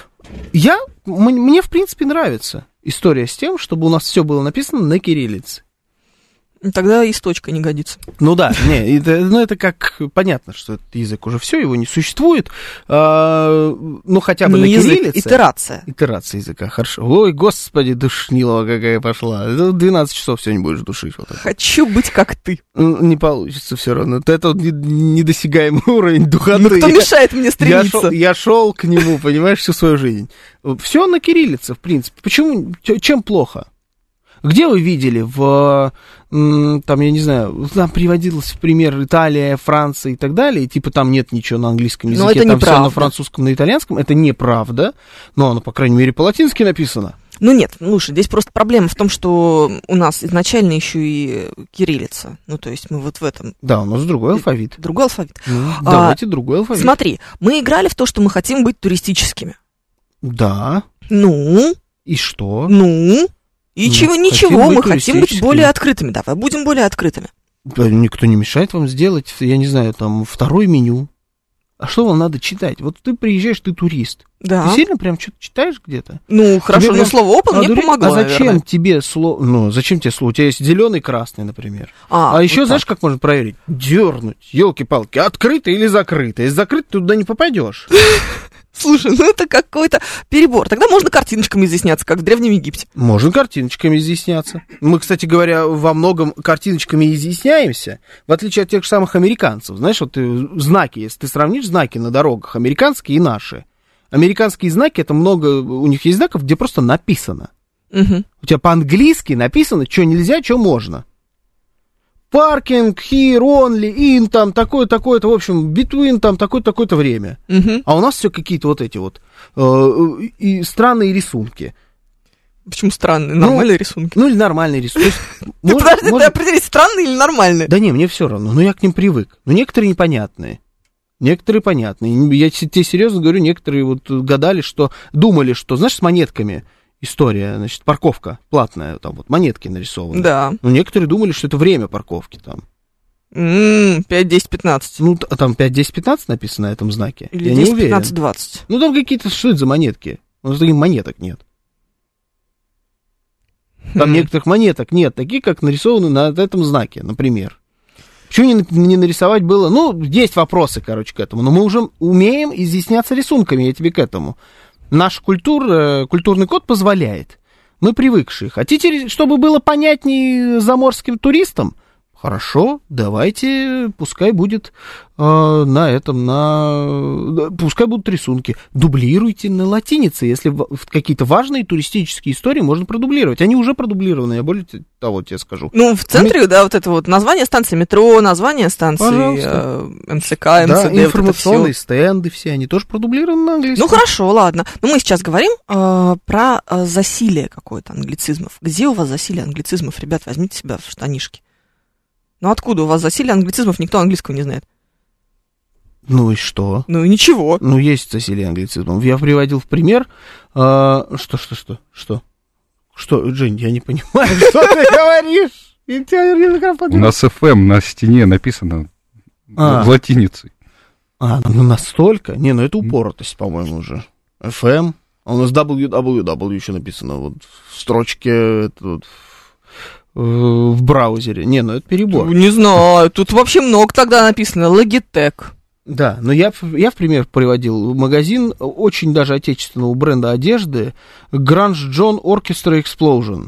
Я, мне, в принципе, нравится история с тем, чтобы у нас все было написано на кириллице. Тогда и с точкой не годится. Ну да, не, это, ну это как понятно, что этот язык уже все, его не существует. А, ну хотя бы не на язык, кириллице. Итерация. Итерация языка, хорошо. Ой, господи, душнилова какая пошла. двенадцать часов сегодня будешь душить. Вот это. Хочу быть как ты. Не получится все равно. Это недосягаемый уровень духоты. Ну кто мешает мне стремиться? Я шел, я шел к нему, понимаешь, всю свою жизнь. Все на кириллице, в принципе. Почему? Чем плохо? Где вы видели в, там, я не знаю, там приводилось в пример Италия, Франция и так далее, и типа там нет ничего на английском языке, но это там неправда. все на французском, на итальянском, это неправда, но оно, по крайней мере, по-латински написано. Ну нет, слушай, здесь просто проблема в том, что у нас изначально еще и кириллица, ну то есть мы вот в этом... Да, у нас другой алфавит. Другой алфавит. Ну, а, давайте другой алфавит. Смотри, мы играли в то, что мы хотим быть туристическими. Да. Ну? И что? Ну? И ну, чего, ничего, мы хотим быть более открытыми. Давай будем более открытыми. Да, никто не мешает вам сделать, я не знаю, там, второе меню. А что вам надо читать? Вот ты приезжаешь, ты турист. Да. Ты сильно прям что-то читаешь где-то? Ну, хорошо, тебе но слово open а мне дури... помогло, А зачем наверное. тебе слово... Ну, зачем тебе слово? У тебя есть зеленый, красный, например. А, а еще вот знаешь, так. как можно проверить? Дернуть, елки-палки, открыто или закрыто. Если закрыто, ты туда не попадешь. Слушай, ну это какой-то перебор. Тогда можно картиночками изъясняться, как в Древнем Египте. Можно картиночками изъясняться. Мы, кстати говоря, во многом картиночками изъясняемся, в отличие от тех же самых американцев. Знаешь, вот ты, знаки, если ты сравнишь знаки на дорогах, американские и наши. Американские знаки, это много, у них есть знаков, где просто написано. Угу. У тебя по-английски написано, что нельзя, что можно. Паркинг, here, only, in, там, такое-то, такое-то, в общем, between, там, такое-то, такое-то время. Угу. А у нас все какие-то вот эти вот э, и странные рисунки. Почему странные? Нормальные ну, рисунки. Ну, или нормальные рисунки. Ты подожди, ты определись, странные или нормальные? Да не, мне все равно, но я к ним привык. Но некоторые непонятные. Некоторые понятные. Я тебе серьезно говорю, некоторые вот гадали, что думали, что, знаешь, с монетками история, значит, парковка платная, там вот монетки нарисованы. Да. Но некоторые думали, что это время парковки там. Mm, пять, десять, пятнадцать. Ну, там пять, десять, пятнадцать написано на этом знаке. Или я десять, не уверен. пятнадцать, двадцать. Ну, там какие-то, что это за монетки? У нас таких монеток нет. Там хм. некоторых монеток нет, такие, как нарисованы на этом знаке, например. Почему не, не нарисовать было? Ну, есть вопросы, короче, к этому. Но мы уже умеем изъясняться рисунками, я тебе к этому. Наш культур, культурный код позволяет. Мы привыкшие. Хотите, чтобы было понятнее заморским туристам? Хорошо, давайте, пускай будет э, на этом, на... Пускай будут рисунки. Дублируйте на латинице, если в, в какие-то важные туристические истории можно продублировать. Они уже продублированы, я более того тебе скажу. Ну, в центре, Мы... да, вот это вот название станции метро, название станции э, эм цэ ка, эм цэ дэ. Да, информационные вот стенды все, они тоже продублированы на английском. Ну, хорошо, ладно. Но мы сейчас говорим э, про э, засилие какое-то англицизмов. Где у вас засилие англицизмов? Ребят, возьмите себя в штанишки. Ну откуда у вас засилие англицизмов, никто английского не знает? Ну и что? Ну и ничего. Ну есть засилие англицизмов. Я приводил в пример... Э, что, что, что, что? Что, Жень, я не понимаю, что ты говоришь? У нас эф эм на стене написано латиницей. А, ну настолько? Не, ну это упоротость, по-моему, уже. эф эм. А у нас дабл ю дабл ю дабл ю еще написано вот в строчке... в браузере. Не, ну это перебор. Не знаю, тут вообще много тогда написано. Logitech. Да, но я, я в пример приводил магазин очень даже отечественного бренда одежды Grunge John Orchestra Explosion.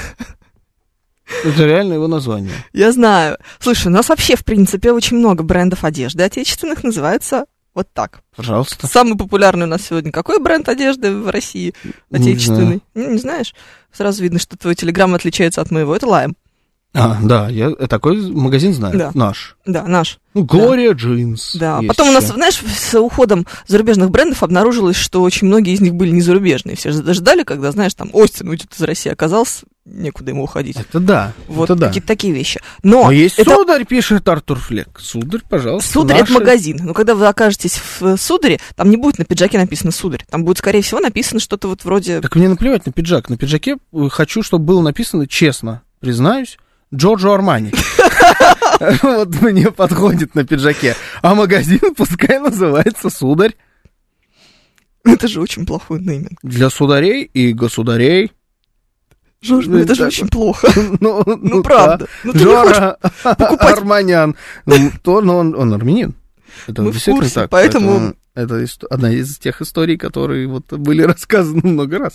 Это реально его название. Я знаю. Слушай, у нас вообще, в принципе, очень много брендов одежды отечественных называется вот так. Пожалуйста. Самый популярный у нас сегодня какой бренд одежды в России отечественный? Не, не знаешь? Сразу видно, что твой телеграм отличается от моего. Это Лайм. А, да, я такой магазин знаю, Да. наш. Да, наш. Ну, Глория Джинс. Да, есть потом у нас, еще. знаешь, с уходом зарубежных брендов обнаружилось, что очень многие из них были не зарубежные. Все же ждали, когда, знаешь, там, Остин уйдет из России, оказалось, некуда ему уходить. Это да, Вот это да. какие-то такие вещи. Но Но есть это... сударь, пишет Артур Флек. Сударь, пожалуйста. Сударь наши... это магазин. Но когда вы окажетесь в Сударе, там не будет на пиджаке написано Сударь. Там будет, скорее всего, написано что-то вот вроде... Так мне наплевать на пиджак. На пиджаке хочу, чтобы было написано честно, признаюсь, Джорджо Армани. Вот мне подходит на пиджаке. А магазин пускай называется «Сударь». Это же очень плохой нейминг. Для сударей и государей. Жорж, ну это же Да. очень плохо. Ну, Ну, правда. Ну, ты не Жора покупать- Арманян. Ну, то, но он, он армянин. Это Мы в действительно курсе, так. поэтому- Это ист- одна из тех историй, которые вот были рассказаны много раз.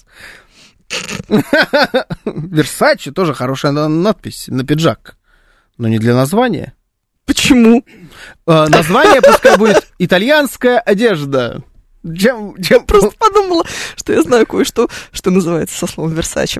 Версачи тоже хорошая на- надпись на пиджак. Но не для названия. Почему? А, название пускай будет «Итальянская одежда». Чем, чем Просто подумала, что я знаю кое-что, что называется со словом Версаче.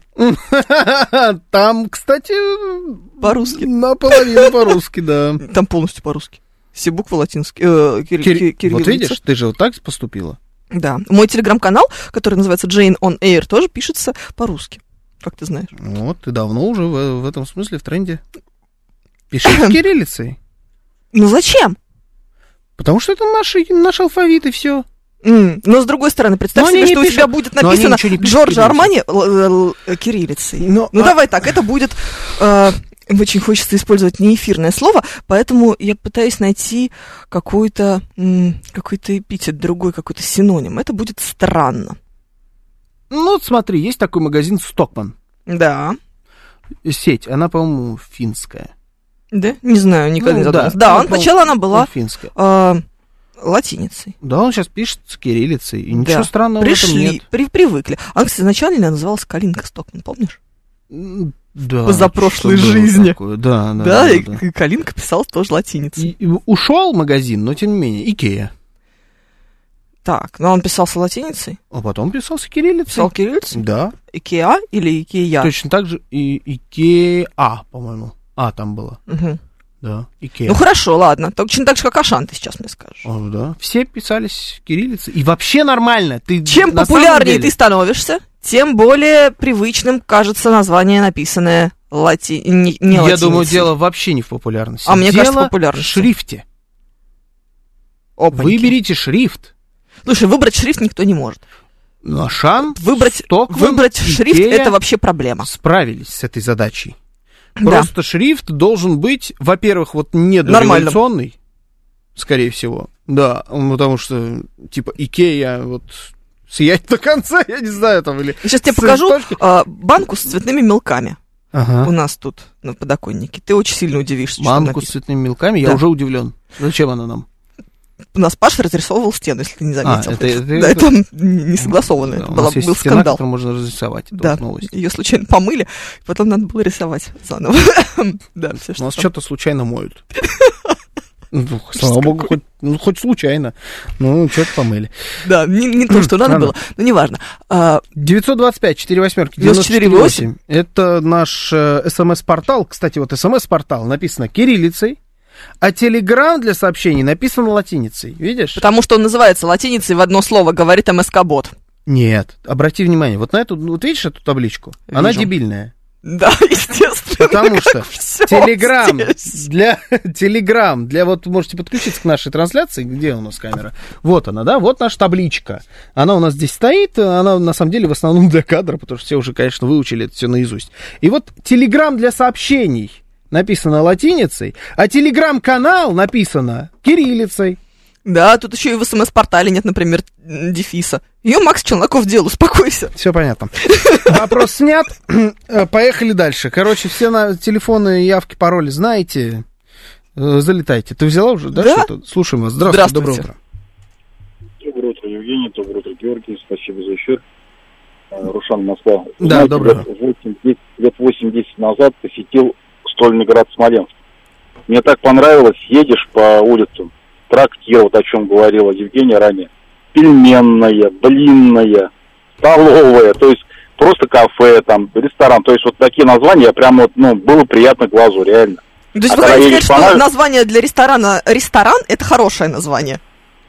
Там, кстати, По-русски. наполовину по-русски, да. Там полностью по-русски. Все буквы латинские. Э, кир- Кир- ки- кириллица. Вот видишь, ты же вот так поступила. Да. Мой телеграм-канал, который называется Jane on Air, тоже пишется по-русски. Как ты знаешь. Вот, ты давно уже в, в этом смысле в тренде. Пиши кириллицей. Ну зачем? Потому что это наш, наш алфавит, и все. М, Но с другой стороны, представь Но они себе, не что у пишут- тебя будет но они написано ничего не пишут Джорджо кириллицей. Армани л- л- л- кириллицей. Но, Ну а- давай так, это будет... э, очень хочется использовать неэфирное слово, поэтому я пытаюсь найти какой-то, м, какой-то эпитет, другой какой-то синоним. Это будет странно. Ну, вот смотри, есть такой магазин «Стокман». Да. Сеть, она, по-моему, финская. Да? Не знаю, никогда Ну, не задумалась. да. Да, Ну, он, по-моему, сначала она была Ну, финская. э, латиницей. Да, он сейчас пишет с кириллицей, и ничего Да. странного в этом Пришли, нет. при- привыкли. Она, кстати, изначально называлась Калинка Стокман, помнишь? М, Да, Позапрошлой что было жизни. такое, Да, да, Да, да, и да. к- Калинка писалась тоже латиницей. И- и ушел магазин, но тем не менее, Икея. Так, но он писался латиницей? А потом писался кириллицей. Писал кириллицей? Да, Икеа или Икея? точно так же и Икеа, по-моему. А, там было. Мгм. Да, Икеа. Ну хорошо, ладно. Точно так же, как Ашан, ты сейчас мне скажешь. О, да. Все писались кириллицей. И вообще нормально. Ты Чем на самом популярнее деле- ты становишься, тем более привычным кажется название, написанное лати... не, не Я латиницей. думаю, дело вообще не в популярности. А мне Дело кажется, в популярности. в шрифте. Опаньки. Выберите шрифт. Слушай, выбрать шрифт никто не может. Ну, Ашан, Выбрать, Стокман, выбрать шрифт Икея это вообще проблема. справились с этой задачей. Да. Просто шрифт должен быть, во-первых, вот не дореволюционный, скорее всего. Да, потому что, типа, Икея, вот, сиять до конца, я не знаю, там, или... Сейчас тебе с покажу точки- а, банку с цветными мелками у Ага. нас тут на подоконнике. Ты очень сильно удивишься, что там Банку с написано. цветными мелками, я Да. уже удивлен. Зачем она нам? У нас Паша разрисовывал стену, если ты не заметил. А, это- это- да, это не не согласовано, Да, это у была- нас есть был стена, скандал. которую можно разрисовать. Это Да, вот новость. ее случайно помыли, потом надо было рисовать заново. Да, все У что нас там. что-то случайно моют. Ну, слава богу, хоть, ну, хоть случайно. Ну, что-то помыли. Да, не, не то, что надо Ладно. было, но неважно. А, девятьсот двадцать пять четыре восьмерки девяносто четыре восемь. Это наш э, смс-портал. Кстати, вот смс-портал написано кириллицей, а телеграм для сообщений написан латиницей. Видишь? потому что он называется латиницей в одно слово, говорит МСК-бот. Нет. Обрати внимание, вот на эту, вот видишь эту табличку? Она Вижу. дебильная. Да, естественно. Потому что как всё Телеграм здесь. для Телеграм для вот можете подключиться к нашей трансляции. Где у нас камера? Вот она, да, вот наша табличка. Она у нас здесь стоит. Она на самом деле в основном для кадра, потому что все уже, конечно, выучили это все наизусть. И вот Телеграм для сообщений написано латиницей, а Телеграм-канал написано кириллицей. Да, тут еще и в СМС-портале нет, например, м, дефиса. Ее Макс Челноков делал, успокойся. Все понятно. Вопрос снят. Поехали дальше. Короче, все на телефоны, явки, пароли знаете. Э, Залетайте. Ты взяла уже, да? Да. Что-то? Слушаем вас. Здравствуйте, доброе Здравствуйте. утро. Доброе утро, Евгений. Доброе утро, Георгий. Спасибо за эфир. Э, Рушан, Москва. Да, Знаете, доброе лет восемь-десять лет восемь-десять назад посетил стольный град Смоленск. Мне так понравилось, едешь по улицам, трактир, вот о чем говорила Евгения ранее, пельменная, блинная, столовая, то есть просто кафе, там, ресторан. То есть вот такие названия прям вот, ну, было приятно глазу, реально. То есть А вы когда хотите едешь сказать, по что на- название для ресторана «ресторан» — это хорошее название?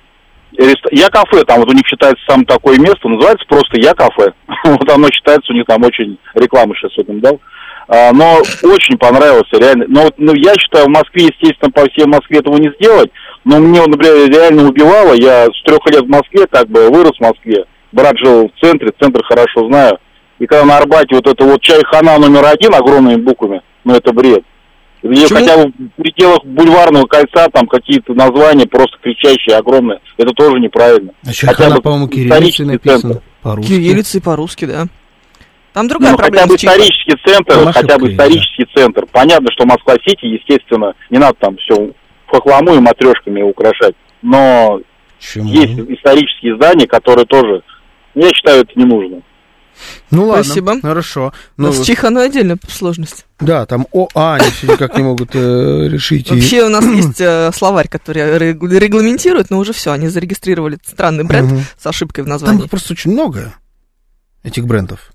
Рест- Я кафе, там вот у них считается самое такое место, называется просто Я кафе. Вот оно считается, у них там очень рекламу сейчас с этим дал. А, но очень понравилось, реально. Но вот, ну, я считаю, в Москве, естественно, по всей Москве этого не сделать. Но мне, например, реально убивало. Я с трех лет в Москве, как бы, вырос в Москве. Брат жил в центре, центр хорошо знаю. И когда на Арбате вот это вот Чайхана номер один огромными буквами, ну это бред. Где Почему? хотя бы в пределах бульварного кольца там какие-то названия просто кричащие, огромные. Это тоже неправильно. А Чайхана, по-моему, кириллицей написано. По-русски. Кириллицей по-русски, да. Там другая Ну, проблема хотя бы с Чайханой. исторический центр, Там хотя бы ошибка исторический центр. Понятно, что Москва-Сити, естественно, не надо там все хохлому и матрешками украшать. Но Почему? есть исторические здания, которые тоже, я считаю, это не нужно. Ну ладно, Спасибо. хорошо. У Ну, нас с Чайханой отдельная сложность. да, там ОА они все никак не могут э, решить. И- Вообще у нас есть э, словарь, который регу- регламентирует, но уже все, они зарегистрировали странный бренд Мгм. с ошибкой в Там названии. их просто очень много, этих брендов.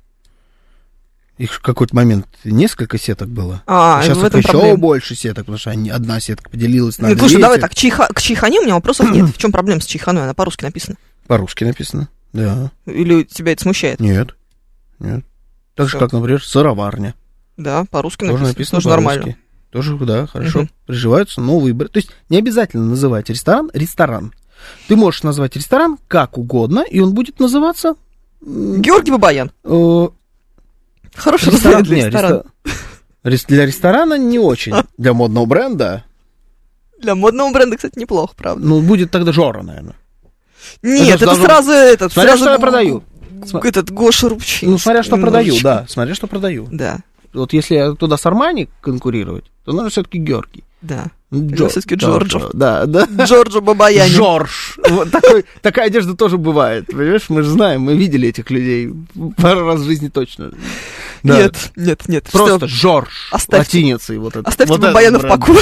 Их в какой-то момент несколько сеток было. А, и Сейчас в их этом еще проблема. больше сеток, потому что они, одна сетка поделилась на Нет, две. слушай, давай сетки. так, чайха- к Чайхане у меня вопросов нет. В чем проблема с Чайханой? Она по-русски написана. По-русски написано, да. Или тебя это смущает? Нет, нет. Так же, Всё. как, например, сыроварня. Да, по-русски Тоже написано. написано Тоже по-русски. нормально. Тоже, да, хорошо. Мгм. Приживаются новые бренды. То есть не обязательно называть ресторан ресторан. Ты можешь назвать ресторан как угодно, и он будет называться... м, Георгий Бабаян. э, Хороший ресторан- название для не, ресторана. реста- рес- Для ресторана не очень. Для модного бренда, Для модного бренда, кстати, неплохо, правда. ну, будет тогда Жора, наверное. Нет, же это должно- сразу этот... Смотря сразу что я г- продаю. г- Этот Гоша Рубчинский. Ну, смотря что продаю, немножечко. да, смотря что продаю. Да, Вот если я туда с Армани конкурировать, то нужно все-таки Георгий. да. Джо- всё-таки Джорджо. Джорджо. Да, да. Джорджо Бабаян. Жорж. Вот такой, такая одежда тоже бывает, понимаешь? Мы же знаем, мы видели этих людей пару раз в жизни точно. Да. Нет, нет, нет. Просто Всё. Жорж. Оставьте- Латиницей вот это. Оставьте вот этот Бабаяна в бренд. покое.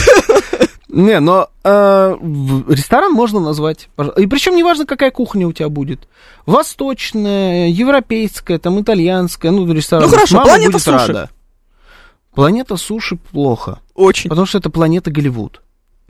Не, но э, в- ресторан можно назвать. пож- И причем неважно, какая кухня у тебя будет. Восточная, европейская, там, итальянская. Ну, ресторан. Ну, хорошо, Мама планета будет суши. рада. Планета суши плохо. Очень. Потому что это планета Голливуд.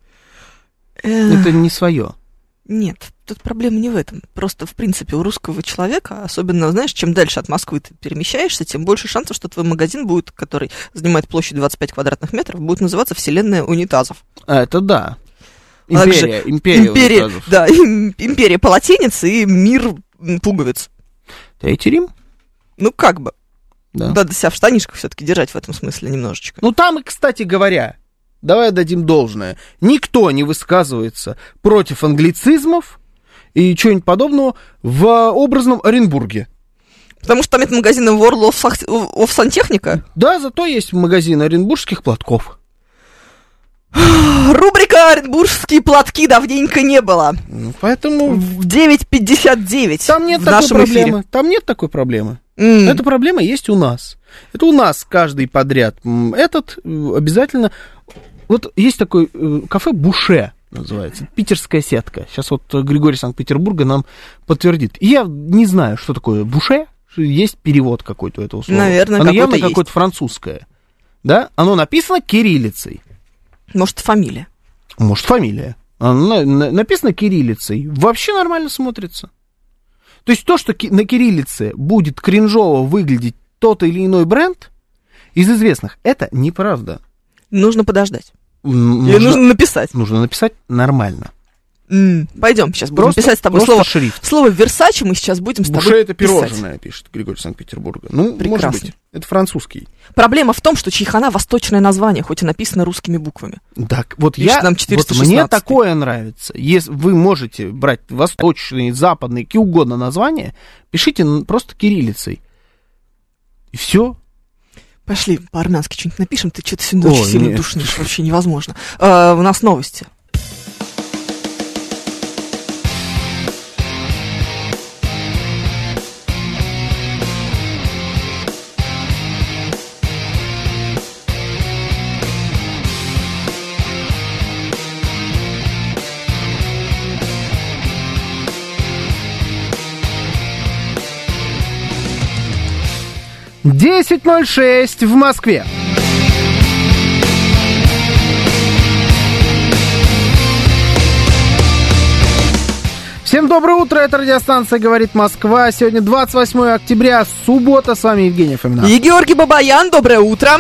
Эх, Это не свое. Нет, тут проблема не в этом. Просто, в принципе, у русского человека, особенно, знаешь, чем дальше от Москвы ты перемещаешься, тем больше шансов, что твой магазин будет, который занимает площадь двадцать пять квадратных метров, будет называться «Вселенная унитазов». А, это да. А также Империя, империя, Империя, унитазов. да, им- империя полотенец и мир м, пуговиц. Третий Рим? Ну, как бы. Да. Надо себя в штанишках все-таки держать в этом смысле немножечко. Ну, там, и, кстати говоря, давай отдадим должное. Никто не высказывается против англицизмов и чего-нибудь подобного в образном Оренбурге. Потому что там нет магазина World of, Сах- of Santехnica. Да, зато есть магазин оренбургских платков. Рубрика «Оренбургские платки» давненько не было. Ну, поэтому В девять пятьдесят девять там нет в такой нашем проблемы. эфире. Там нет такой проблемы. М. Эта проблема есть у нас. Это у нас каждый подряд. М, Этот э, обязательно... Вот есть такое э, кафе «Буше» называется. Питерская сетка. Сейчас вот Григорий Санкт-Петербурга нам подтвердит. И я не знаю, что такое «Буше». что Есть перевод какой-то у этого слова. Наверное, Оно какой-то явно есть. какое-то французское. Да? Оно написано кириллицей. Может, фамилия. Может, фамилия. Оно на- на- написано кириллицей. Вообще нормально смотрится. То есть то, что ки- на кириллице будет кринжово выглядеть тот или иной бренд из известных, это неправда. Нужно подождать. М, Или нужно написать. нужно написать нормально. М, Пойдем, сейчас будем Просто- писать с тобой просто слово. шрифт. Слово «Версачи» мы сейчас будем с тобой Буше это писать. пирожное, пишет Григорий Санкт-Петербурга. Ну, может Прекрасно. быть. Это французский. Проблема в том, что Чайхана — восточное название, хоть и написано русскими буквами. Так, вот Пишет я, нам вот четыреста мне шестнадцать. такое нравится. Если вы можете брать восточные, западные, какие угодно названия, пишите н- просто кириллицей. И все. Пошли по-армянски что-нибудь напишем, ты что-то сегодня Ой, очень сильно нет. душнишь, вообще невозможно. А, у нас новости. десять ноль шесть в Москве. Всем доброе утро, это радиостанция «Говорит Москва». Сегодня двадцать восьмое октября, суббота. С вами Евгений Фомина. И Георгий Бабаян, доброе утро.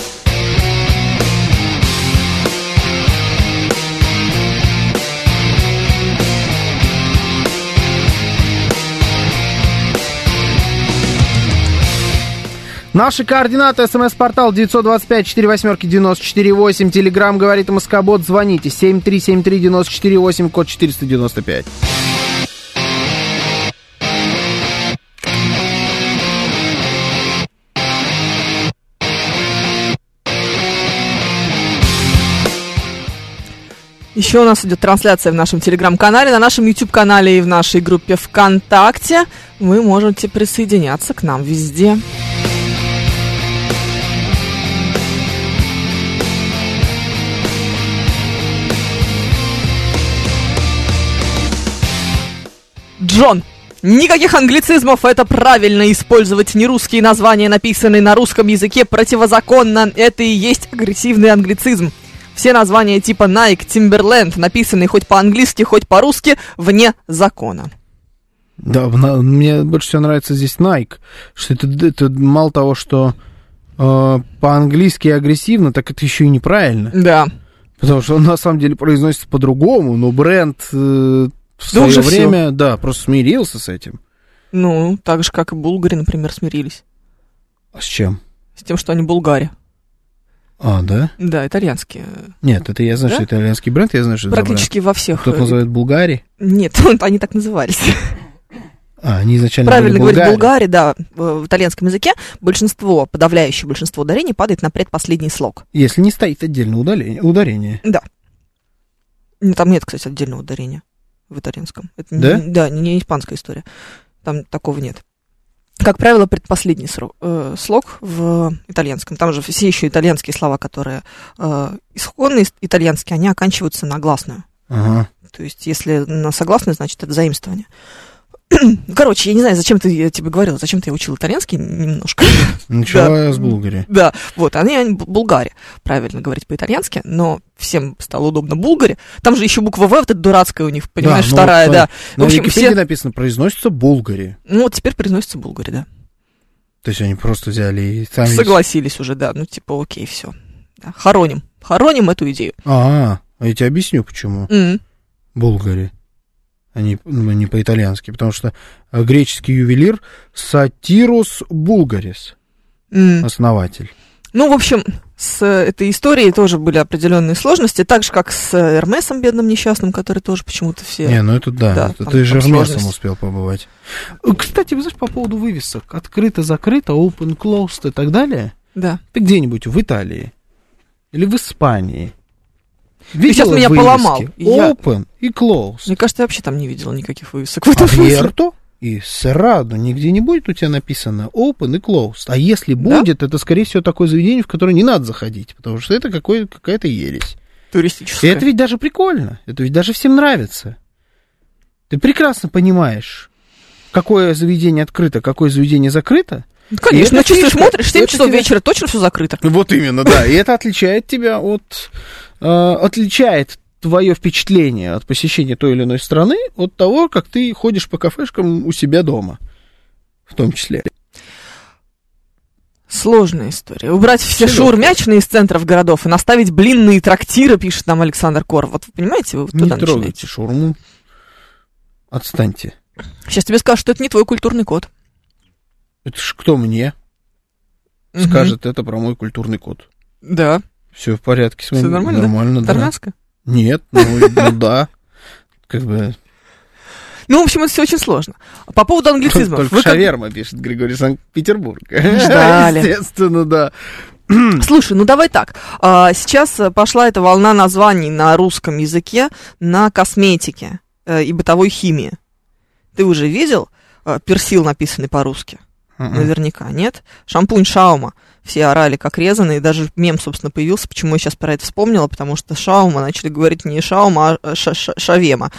Наши координаты: смс-портал девять два пять четыре восемь девяносто четыре восемь, телеграмм «Говорит Москобот», звоните семь три семь три девяносто четыре восемь, код четыреста девяносто пять. Еще у нас идет трансляция в нашем телеграм-канале, на нашем YouTube-канале и в нашей группе ВКонтакте. Вы можете присоединяться к нам везде. Джон. Никаких англицизмов, это правильно использовать нерусские названия, написанные на русском языке, противозаконно. Это и есть агрессивный англицизм. Все названия типа Nike, Timberland, написанные хоть по-английски, хоть по-русски, вне закона. Да, мне больше всего нравится здесь Nike, что это, это мало того, что э, по-английски агрессивно, так это еще и неправильно. Да. Потому что он на самом деле произносится по-другому, но бренд э, в да свое время, все. да, просто смирился с этим. Ну, так же, как и булгари, например, смирились. А с чем? С тем, что они булгари. А, да? Да, итальянские. Нет, это я знаю, да? Что это итальянский бренд, я знаю, что это практически во всех. Кто-то называет Булгари? Нет, они так назывались. А, они изначально правильно были говорить булгари, да, в итальянском языке большинство, подавляющее большинство ударений падает на предпоследний слог. Если не стоит отдельное ударение. ударение. Да. Там нет, кстати, отдельного ударения в итальянском. Это да? Не, да, не испанская история. Там такого нет. Как правило, предпоследний срок, э, слог в итальянском. Там же все еще итальянские слова, которые э, исходные итальянские, они оканчиваются на гласную. Ага. То есть, если на согласную, значит, это заимствование. Короче, я не знаю, зачем ты, я тебе говорила, зачем ты учил итальянский немножко. Начала да. с булгари. Да, вот, они булгари, правильно говорить по-итальянски, но всем стало удобно булгари. Там же еще буква В, вот эта дурацкая у них, понимаешь, да, вторая, вот, да. На Википедии все... написано, произносится булгари. Ну, вот теперь произносится булгари, да. То есть они просто взяли и сами... Согласились уже, да, ну, типа, окей, все. Да. Хороним, хороним эту идею. А, а я тебе объясню, почему. Mm. Булгари. Они ну, не по-итальянски, потому что греческий ювелир Сатирус Булгарис, mm. основатель. Ну, в общем, с этой историей тоже были определенные сложности, так же, как с Эрмесом, бедным несчастным, который тоже почему-то все... Не, ну это да, да это там, ты же Эрмесом сложность. успел побывать. Кстати, вы знаете, по поводу вывесок, открыто-закрыто, open, closed и так далее? Да. Ты где-нибудь в Италии или в Испании? Ты сейчас меня вывески? поломал. Open я... и closed. Мне кажется, я вообще там не видела никаких вывесок в этом Абьерто и Серрадо. Нигде не будет у тебя написано open и closed. А если будет, да? это, скорее всего, такое заведение, в которое не надо заходить, потому что это какой, какая-то ересь. Туристическая. И это ведь даже прикольно. Это ведь даже всем нравится. Ты прекрасно понимаешь, какое заведение открыто, какое заведение закрыто. Конечно, ну, если ты смотришь, в семь часов тебя... вечера точно все закрыто. Вот именно, да. И это отличает тебя от... Э, отличает твое впечатление от посещения той или иной страны от того, как ты ходишь по кафешкам у себя дома. В том числе. Сложная история. Убрать все шаурмячные из центров городов и наставить блинные трактиры, пишет нам Александр Коров. Вот вы понимаете, вы туда Не начинаете. трогайте шаурму. Отстаньте. Сейчас тебе скажут, что это не твой культурный код. Это ж кто мне угу. скажет это про мой культурный код? Да. Все в порядке с вами. Все нормально, нормально да? да. Тарнаска? Нет, ну, ну да. Как бы... Ну, в общем, это все очень сложно. По поводу англицизмов. Только Вы шаверма, как... пишет Григорий Санкт-Петербург. Ждали. Естественно, да. Слушай, ну давай так. Сейчас пошла эта волна названий на русском языке на косметике и бытовой химии. Ты уже видел персил, написанный по-русски? Uh-uh. Наверняка, нет? Шампунь Шаума. Все орали, как резаные. Даже мем, собственно, появился. Почему я сейчас про это вспомнила? Потому что Шаума начали говорить не Шаума, а Шавема.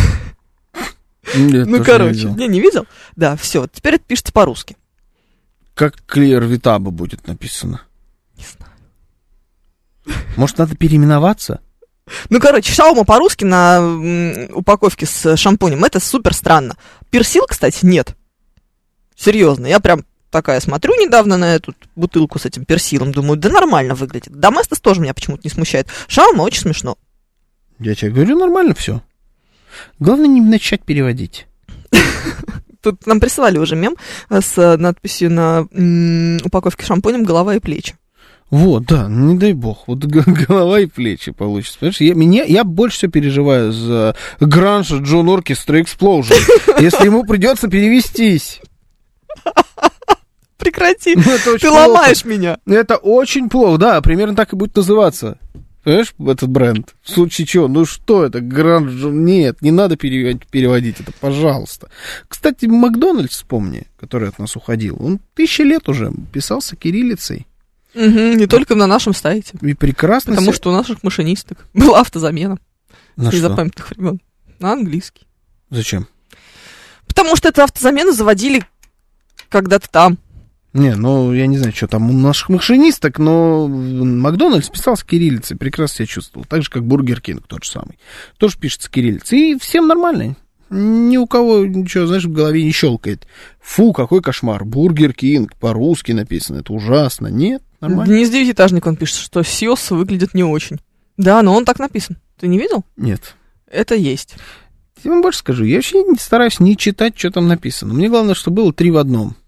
Нет, ну, короче, не, не видел? Да, все. Теперь это пишется по-русски. как Клер Витаба будет написано? Не знаю. Может, надо переименоваться? Ну, короче, шаума по-русски на м, упаковке с шампунем, это супер странно. Персил, кстати, нет. Серьезно, я прям такая смотрю недавно на эту бутылку с этим персилом, думаю, да нормально выглядит. Доместос тоже меня почему-то не смущает. Шаума очень смешно. Я тебе говорю, нормально все. Главное не начать переводить. Тут нам присылали уже мем с надписью на м, упаковке шампунем «Голова и плечи». Вот, да, не дай бог, вот голова и плечи получится. Понимаешь, я, меня, я больше всего переживаю за Гранж Джон Оркестра Explosion, если ему придется перевестись. Прекрати, Ну, это очень ты плохо. ломаешь меня. Это очень плохо, да, примерно так и будет называться. Понимаешь, этот бренд? В случае чего? Ну что это, Гранж? Нет, не надо переводить, переводить это, пожалуйста. Кстати, Макдональдс, вспомни, который от нас уходил, он тысячи лет уже писался кириллицей. Угу, не только на нашем сайте. И прекрасно... Потому се- что у наших машинисток была автозамена На с что? незапамятных времен. На английский. Зачем? Потому что эту автозамену заводили когда-то там. Не, ну, я не знаю, что там у наших машинисток, но Макдональдс писался кириллицей, прекрасно себя чувствовал. Так же, как Бургер Кинг тот же самый. Тоже пишется кириллицей. И всем нормально. Ни у кого ничего, знаешь, в голове не щелкает. Фу, какой кошмар. Бургер Кинг по-русски написано. Это ужасно. Нет, нормально. Денис Девятиэтажник, он пишет, что Сиос выглядит не очень. Да, но он так написан. Ты не видел? Нет. Это есть. Я вам больше скажу. Я вообще не стараюсь не читать, что там написано. Мне главное, чтобы было три в одном.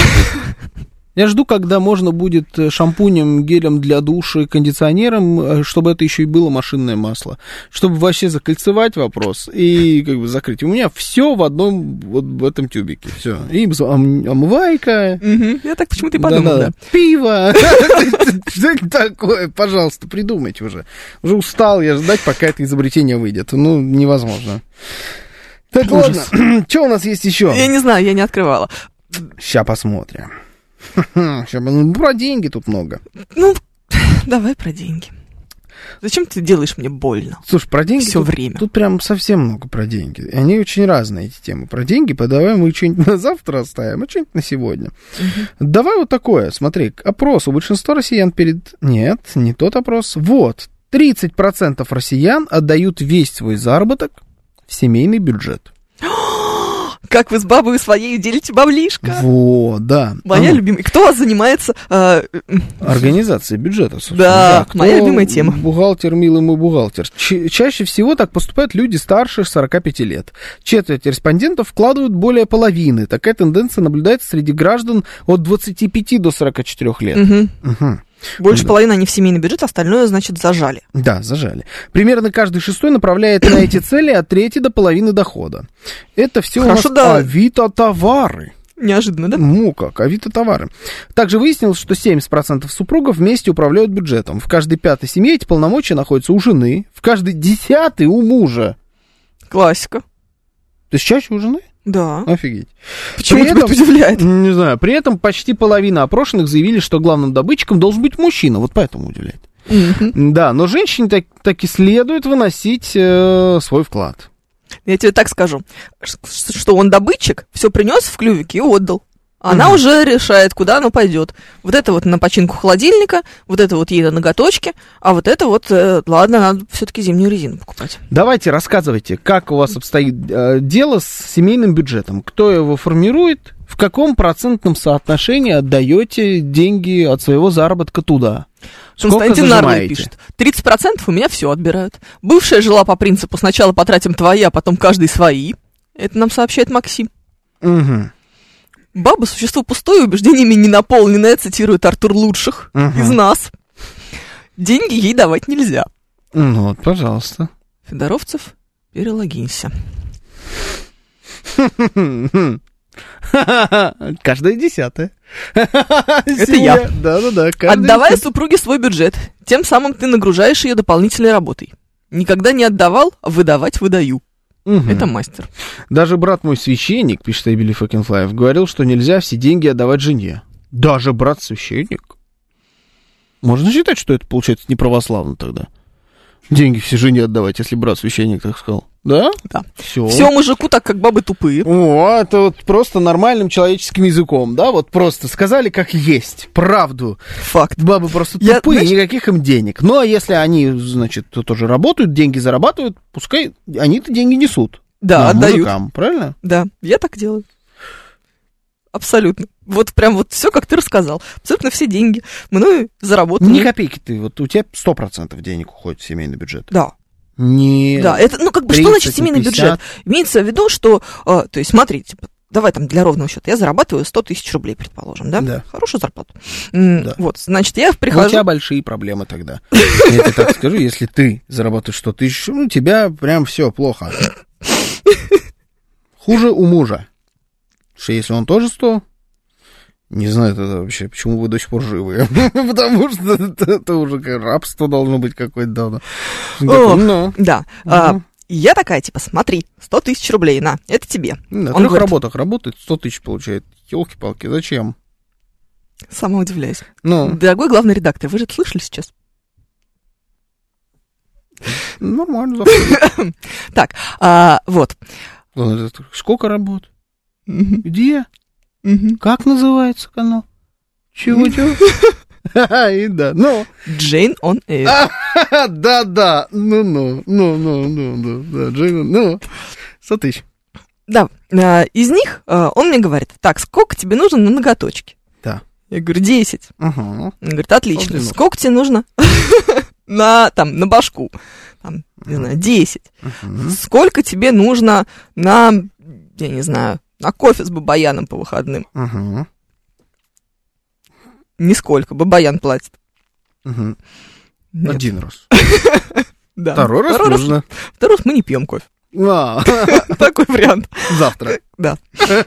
Я жду, когда можно будет шампунем, гелем для душа и кондиционером, чтобы это еще и было машинное масло. Чтобы вообще закольцевать вопрос и как бы закрыть. У меня все в одном, вот в этом тюбике. Все. И ом- омывайка. Угу. Я так почему-то и подумал, да. Пиво. Что это такое? Пожалуйста, придумайте уже. Уже устал я ждать, пока это изобретение выйдет. Ну, невозможно. Так, Ужас. ладно. Что у нас есть еще? Я не знаю, я не открывала. Сейчас посмотрим. Ща, ну, про деньги тут много. Ну, давай про деньги. Зачем ты делаешь мне больно? Слушай, про деньги Всё тут, время. тут прям совсем много про деньги. И они очень разные, эти темы. Про деньги, давай мы что-нибудь на завтра оставим, а что-нибудь на сегодня. Угу. Давай вот такое, смотри, опрос у большинства россиян перед... Нет, не тот опрос. Вот, тридцать процентов россиян отдают весь свой заработок в семейный бюджет. Как вы с бабой своей делите баблишко? Вот, да. Моя А ну, любимая. Кто у вас занимается... э, Организация бюджета, собственно. Да, кто моя любимая тема. Бухгалтер, милый мой бухгалтер. Ч- чаще всего так поступают люди старше сорока пяти лет. Четверть респондентов вкладывают более половины. Такая тенденция наблюдается среди граждан от двадцати пяти до сорока четырёх лет. Угу. Угу. Больше Да. половины они в семейный бюджет, остальное, значит, зажали. Да, зажали. Примерно каждый шестой направляет на эти цели от трети до половины дохода. Это все у нас Хорошо, да. авито-товары. Неожиданно, да? Ну как, авито-товары. Также выяснилось, что семьдесят процентов супругов вместе управляют бюджетом. В каждой пятой семье эти полномочия находятся у жены, в каждой десятой у мужа. Классика. То есть чаще у жены? Да. Офигеть. Почему При тебя этом- это удивляет? Не знаю. При этом почти половина опрошенных заявили, что главным добытчиком должен быть мужчина. Вот поэтому удивляет. Мгм. Да, но женщине так, таки следует выносить э, свой вклад. Я тебе так скажу, ш- что он добытчик, все принес в клювике и отдал. Она Мгм. уже решает, куда оно пойдет. Вот это вот на починку холодильника, вот это вот ей на ноготочки, а вот это вот, э, ладно, надо все-таки зимнюю резину покупать. Давайте рассказывайте, как у вас обстоит э, дело с семейным бюджетом. Кто его формирует? В каком процентном соотношении отдаете деньги от своего заработка туда? Сколько Константин Нарлый зажимаете? пишет, тридцать процентов у меня все отбирают. Бывшая жила по принципу сначала потратим твои, а потом каждый свои. Это нам сообщает Максим. Угу. Баба – существо пустое, убеждениями не наполненное, цитирует Артур Лучших Мгм. из нас. Деньги ей давать нельзя. Ну вот, пожалуйста. Федоровцев, перелогинься. Каждая десятая. Это я. Да-да-да. Отдавай супруге свой бюджет. Тем самым ты нагружаешь ее дополнительной работой. Никогда не отдавал, а выдавать выдаю. Это мастер. Даже брат мой священник, пишет I Believe I Can Fly, говорил, что нельзя все деньги отдавать жене. Даже брат священник? Можно считать, что это получается неправославно тогда? Деньги все жене отдавать, если брат священник так сказал. Да? Да. Все. Все мужику так, как бабы тупые. О, это вот просто нормальным человеческим языком, да? Вот просто сказали как есть, правду. Факт. Бабы просто Я, тупые, знаешь... никаких им денег. Ну, а если они, значит, тоже работают, деньги зарабатывают, пускай они-то деньги несут. Да, отдают. Мужикам, правильно? Да, я так делаю. Абсолютно. Вот прям вот все, как ты рассказал. Абсолютно все деньги мною заработаны. Ни копейки ты, вот у тебя сто процентов денег уходит в семейный бюджет. Да. Не Да, это, ну, как бы, тридцать, что значит семейный пятьдесят? бюджет? Имеется в виду, что, э, то есть, смотри, типа, давай там для ровного счета, я зарабатываю сто тысяч рублей, предположим, да? Да. Хорошую зарплату. М, Да. Вот, значит, я Ну, у прихожу... тебя большие проблемы тогда. Я тебе так скажу, если ты зарабатываешь сто тысяч, ну, у тебя прям все плохо. Хуже у мужа. Что если он тоже сто, не знаю тогда вообще, почему вы до сих пор живы. Потому что это, это уже как рабство должно быть какое-то давно. О, Ну, Да. А, и я такая, типа, смотри, сто тысяч рублей, на, это тебе. на Он трех говорит- работах работает, сто тысяч получает. Елки-палки, зачем? Сама удивляюсь. Ну, Дорогой главный редактор, вы же это слышали сейчас? нормально. заходит. Так, а, вот. Ладно, это Сколько работ? Мгм, Где? мгм. Как называется канал? Чего-чего? И да, ну, Джейн он Эйр. да-да, ну-ну, ну-ну-ну, да, Джейн, ну, сто тысяч. Да, а, из них а, он мне говорит, так, сколько тебе нужно на ноготочки? Да. Я говорю, десять. Ага. Он говорит, отлично. Полденок. Сколько тебе нужно на, там, на башку? Там, не знаю, десять. Мгм. Сколько тебе нужно на, я не знаю, на кофе с бабаяном по выходным? Мгм. Нисколько, бабаян платит. Мгм. Нет. Один раз. Да. Второй раз нужно. Второй раз мы не пьем кофе. А, Такой вариант. завтра. Да.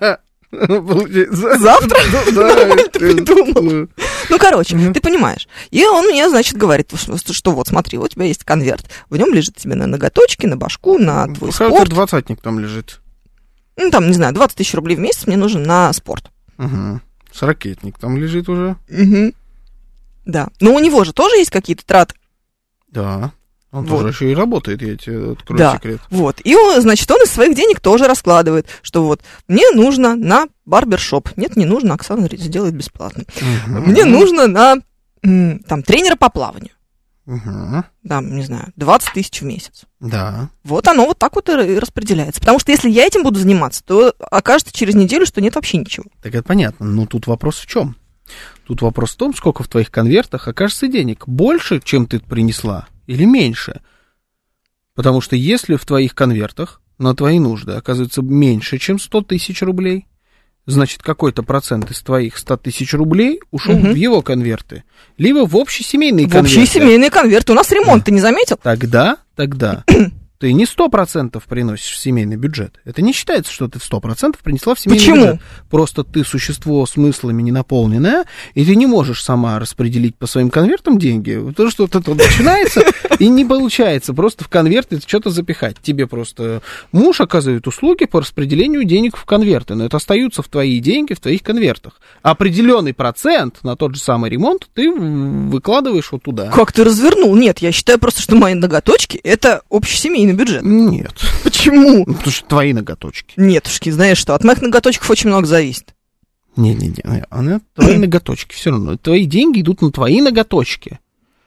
Получается. Завтра? Да. Ты придумал. Ну, короче, Мгм. ты понимаешь. И он мне, значит, говорит, что, что вот, смотри, у тебя есть конверт. В нем лежит тебе на ноготочки, на башку, на твой Пускай у тебя спорт. двадцатник там лежит. Ну, там, не знаю, двадцать тысяч рублей в месяц мне нужен на спорт. Угу. Сорокетник там лежит уже. Мгм. Да. Но у него же тоже есть какие-то траты. Да. Он Вот. тоже еще и работает, я тебе открою Да. секрет. Вот. И он, значит, он из своих денег тоже раскладывает, что вот мне нужно на барбершоп. Нет, не нужно, Оксана сделает бесплатно. Мгм. Мне нужно на м, там тренера по плаванию. Мгм. Там, не знаю, двадцать тысяч в месяц. Да. Вот оно вот так вот и и распределяется. Потому что если я этим буду заниматься, то окажется через неделю, что нет вообще ничего. Так это понятно. Но тут вопрос в чем? Тут вопрос в том, сколько в твоих конвертах окажется денег. Больше, чем ты принесла, или меньше? Потому что если в твоих конвертах на твои нужды оказывается меньше, чем сто тысяч рублей, значит, какой-то процент из твоих ста тысяч рублей ушел Мгм. в его конверты. Либо в общесемейные В конверты. общие семейные конверты. У нас ремонт, ты не заметил? Тогда, тогда ты не сто процентов приносишь в семейный бюджет. Это не считается, что ты сто процентов принесла в семейный Почему? бюджет. Просто ты существо смыслами не наполненное, и ты не можешь сама распределить по своим конвертам деньги. Потому что вот это вот начинается и не получается просто в конверты что-то запихать. Тебе просто муж оказывает услуги по распределению денег в конверты, но это остаются в твои деньги, в твоих конвертах. Определенный процент на тот же самый ремонт ты выкладываешь вот туда. Как ты развернул? Нет, я считаю просто, что мои ноготочки — это общесемейный бюджет. Нет. Почему? Ну, потому что твои ноготочки. Нетушки, знаешь что, от моих ноготочков очень много зависит. Не-не-не, она твои ноготочки все равно. Твои деньги идут на твои ноготочки.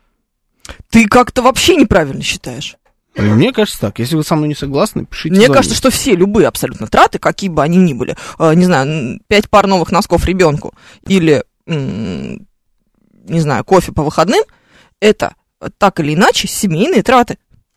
Ты как-то вообще неправильно считаешь. И мне кажется так. Если вы со мной не согласны, пишите. Мне звоните. кажется, что все, любые абсолютно траты, какие бы они ни были, э, не знаю, м, пять пар новых носков ребенку или, м, не знаю, кофе по выходным, это так или иначе семейные траты.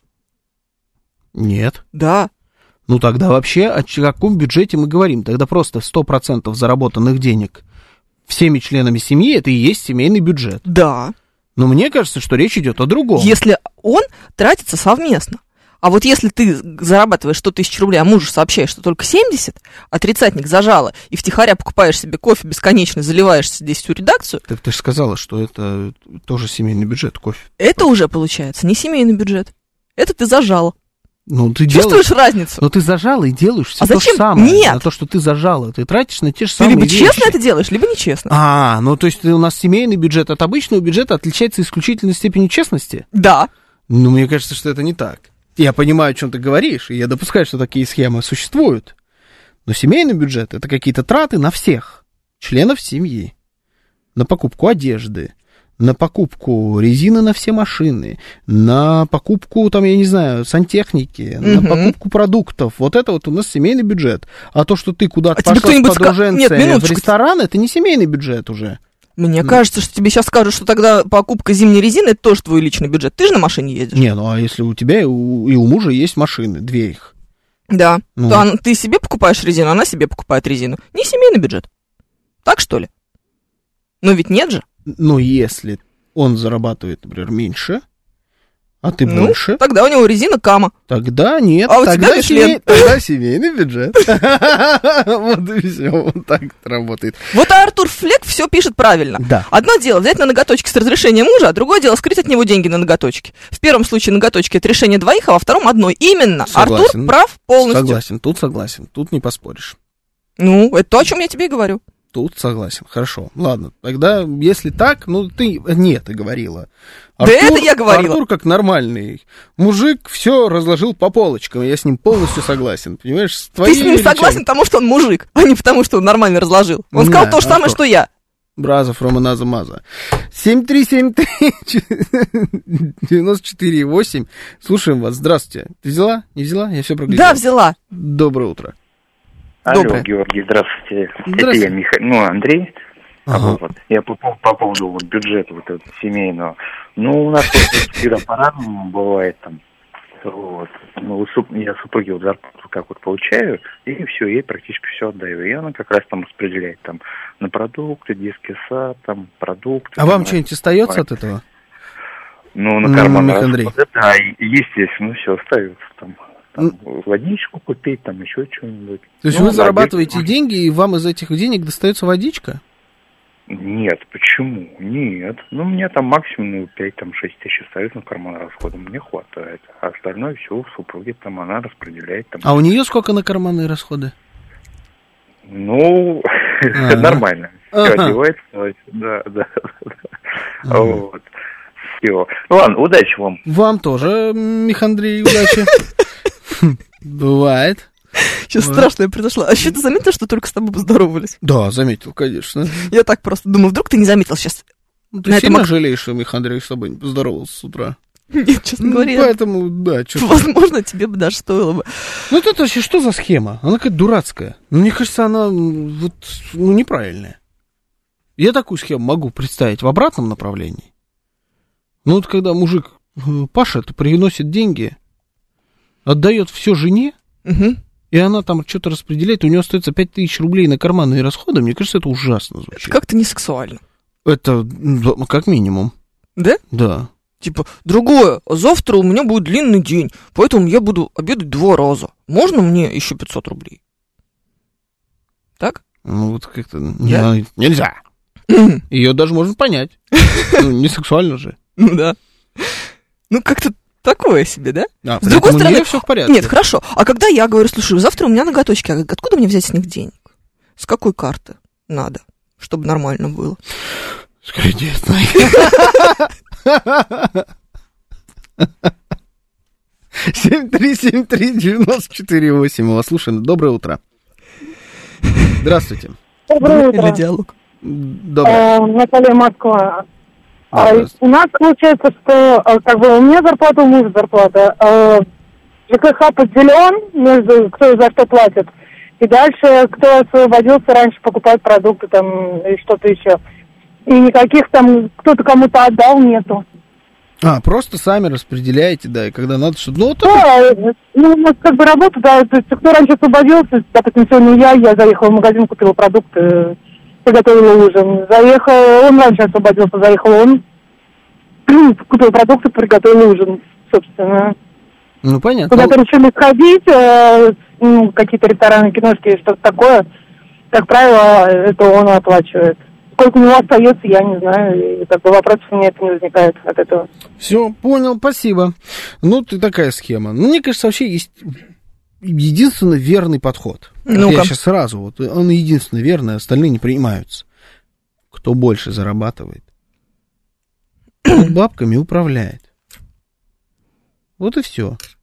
Нет. Да. Ну тогда вообще о ч- каком бюджете мы говорим? Тогда просто сто процентов заработанных денег всеми членами семьи это и есть семейный бюджет. Да. Но мне кажется, что речь идет о другом. Если он тратится совместно. А вот если ты зарабатываешь сто тысяч рублей, а мужу сообщаешь, что только семьдесят, а тридцатник зажало, и втихаря покупаешь себе кофе бесконечно, заливаешься здесь всю редакцию, Так ты же сказала, что это тоже семейный бюджет, кофе. это уже получается не семейный бюджет. Это ты зажала. Ну ты Чувствуешь делаешь... разницу? Но ты зажала и делаешь все А то же зачем? самое. Нет. На то, что ты зажала. Ты тратишь на те же Ты самые либо вещи. честно это делаешь, либо нечестно. А, ну то есть у нас семейный бюджет от обычного бюджета отличается исключительно степенью честности? Да. Ну, мне кажется, что это не так. Я понимаю, о чем ты говоришь, и я допускаю, что такие схемы существуют. Но семейный бюджет — это какие-то траты на всех членов семьи. На покупку одежды, на покупку резины на все машины, на покупку, там, я не знаю, сантехники, угу. на покупку продуктов. Вот это вот у нас семейный бюджет. А то, что ты куда-то а пошла с подруженцами в ресторан, это не семейный бюджет уже. Мне mm. кажется, что тебе сейчас скажут, что тогда покупка зимней резины — это тоже твой личный бюджет. Ты же на машине ездишь. Не, ну а если у тебя и у, и у мужа есть машины, две их. Да, ну. то она, ты себе покупаешь резину, она себе покупает резину. Не семейный бюджет. Так, что ли? Но ведь нет же. Ну, если он зарабатывает, например, меньше, а ты ну, больше... тогда у него резина Кама. Тогда нет, а у тогда, тебя семей... тогда семейный бюджет. Вот и все, вот так это работает. Вот Артур Флек все пишет правильно. Да. Одно дело взять на ноготочки с разрешения мужа, а другое дело скрыть от него деньги на ноготочки. В первом случае ноготочки — это решение двоих, а во втором одной. Именно. Согласен. Артур прав полностью. Согласен, тут согласен, тут не поспоришь. Ну, это то, о чем я тебе и говорю. Тут согласен, хорошо. Ладно, тогда, если так, ну, ты... Нет, ты говорила. Артур, да это я говорила. Артур как нормальный мужик все разложил по полочкам, я с ним полностью согласен, понимаешь? С ты с ним речами. Согласен, потому что он мужик, а не потому, что он нормально разложил. Он да, сказал то же самое, что я. Бразов, Рома, Наза, Маза. семь три семь три девяносто четыре восемь. Слушаем вас, здравствуйте. Ты взяла? Не взяла? Я все проглядел. Да, взяла. Доброе утро. Алло, Доброе. Георгий, здравствуйте. Здравствуйте. Это я, Миха... ну, Андрей. Ага. Вот. Я по, по поводу вот, бюджета вот этого семейного. Ну, у нас вот всегда по-разному бывает там. Вот. Ну, суп... я супруге вот зарплату как вот получаю, и все, ей практически все отдаю. И она как раз там распределяет там на продукты, детский сад, там, продукты. А вам что-нибудь остается от этого? Ну, на карман расходы, да, естественно, все остается там. Там, водичку купить, там еще что-нибудь. То есть ну, вы зарабатываете одежду. Деньги, и вам из этих денег достается водичка? Нет, почему? Нет. Ну, мне там максимум ну, пять-шесть тысяч остается на карман расхода. Мне хватает. А остальное все в супруге, там она распределяет. Там. А у нее сколько на карманные расходы? Ну, нормально. Все одевается. Да, да. Вот. Все. Ладно, удачи вам. Вам тоже, Михандрей, удачи. Бывает. Сейчас вот. Страшное произошло. А еще ты заметил, что только с тобой поздоровались? Да, заметил, конечно. Я так просто думаю, вдруг ты не заметил сейчас. Ну, ты сильно этом... жалеешь, что Михандрей с тобой не поздоровался с утра? Нет, честно ну, говоря. Поэтому, да. Что-то... Возможно, тебе бы даже стоило бы. Ну, это вообще что за схема? Она какая-то дурацкая. Мне кажется, она вот, ну, неправильная. Я такую схему могу представить в обратном направлении. Ну, вот когда мужик пашет, приносит деньги, отдает все жене, угу. и она там что-то распределяет, у нее остается пять тысяч рублей на карманные расходы, мне кажется, это ужасно звучит. Как-то не сексуально. Это как минимум. Да? Да. Типа, другое, завтра у меня будет длинный день, поэтому я буду обедать два раза. Можно мне еще пятьсот рублей? Так? Ну, вот как-то я... нельзя. Ее даже можно понять. Ну, не сексуально же. Ну да. Ну как-то такое себе, да? А, с другой стороны, все в порядке. Нет, хорошо. А когда я говорю, слушай, завтра у меня ноготочки, а откуда мне взять с них денег? С какой карты надо, чтобы нормально было? С кредитной. семь три семь три девяносто четыре восемь. Вас слушаем. Доброе утро. Здравствуйте. Доброе утро. Или диалог. Доброе. Наталья, Москва. А, у нас получается, что как бы у меня зарплата, у мужа зарплата. А, ЖКХ поделен между кто за что платит. И дальше, кто освободился раньше покупать продукты там и что-то еще. И никаких там, кто-то кому-то отдал, нету. А, просто сами распределяете, да, и когда надо, чтобы... Ну, то... Да, ну, у нас как бы работа, да, то есть кто раньше освободился, допустим, сегодня я, я заехала в магазин, купила продукты, приготовила ужин. Заехал, он раньше освободился, заехал он, купил продукты, приготовил ужин, собственно. Ну, понятно. Куда-то решили сходить, э, ну, какие-то рестораны, киношки, что-то такое. Как правило, это он оплачивает. Сколько у него остается, я не знаю, и как бы вопросов у меня это не возникает от этого. Все, понял, спасибо. Ну, ты такая схема. Ну, мне кажется, вообще есть единственно верный подход. Ну я сейчас сразу, вот он единственно верный, остальные не принимаются. Кто больше зарабатывает, тот бабками управляет. Вот и все.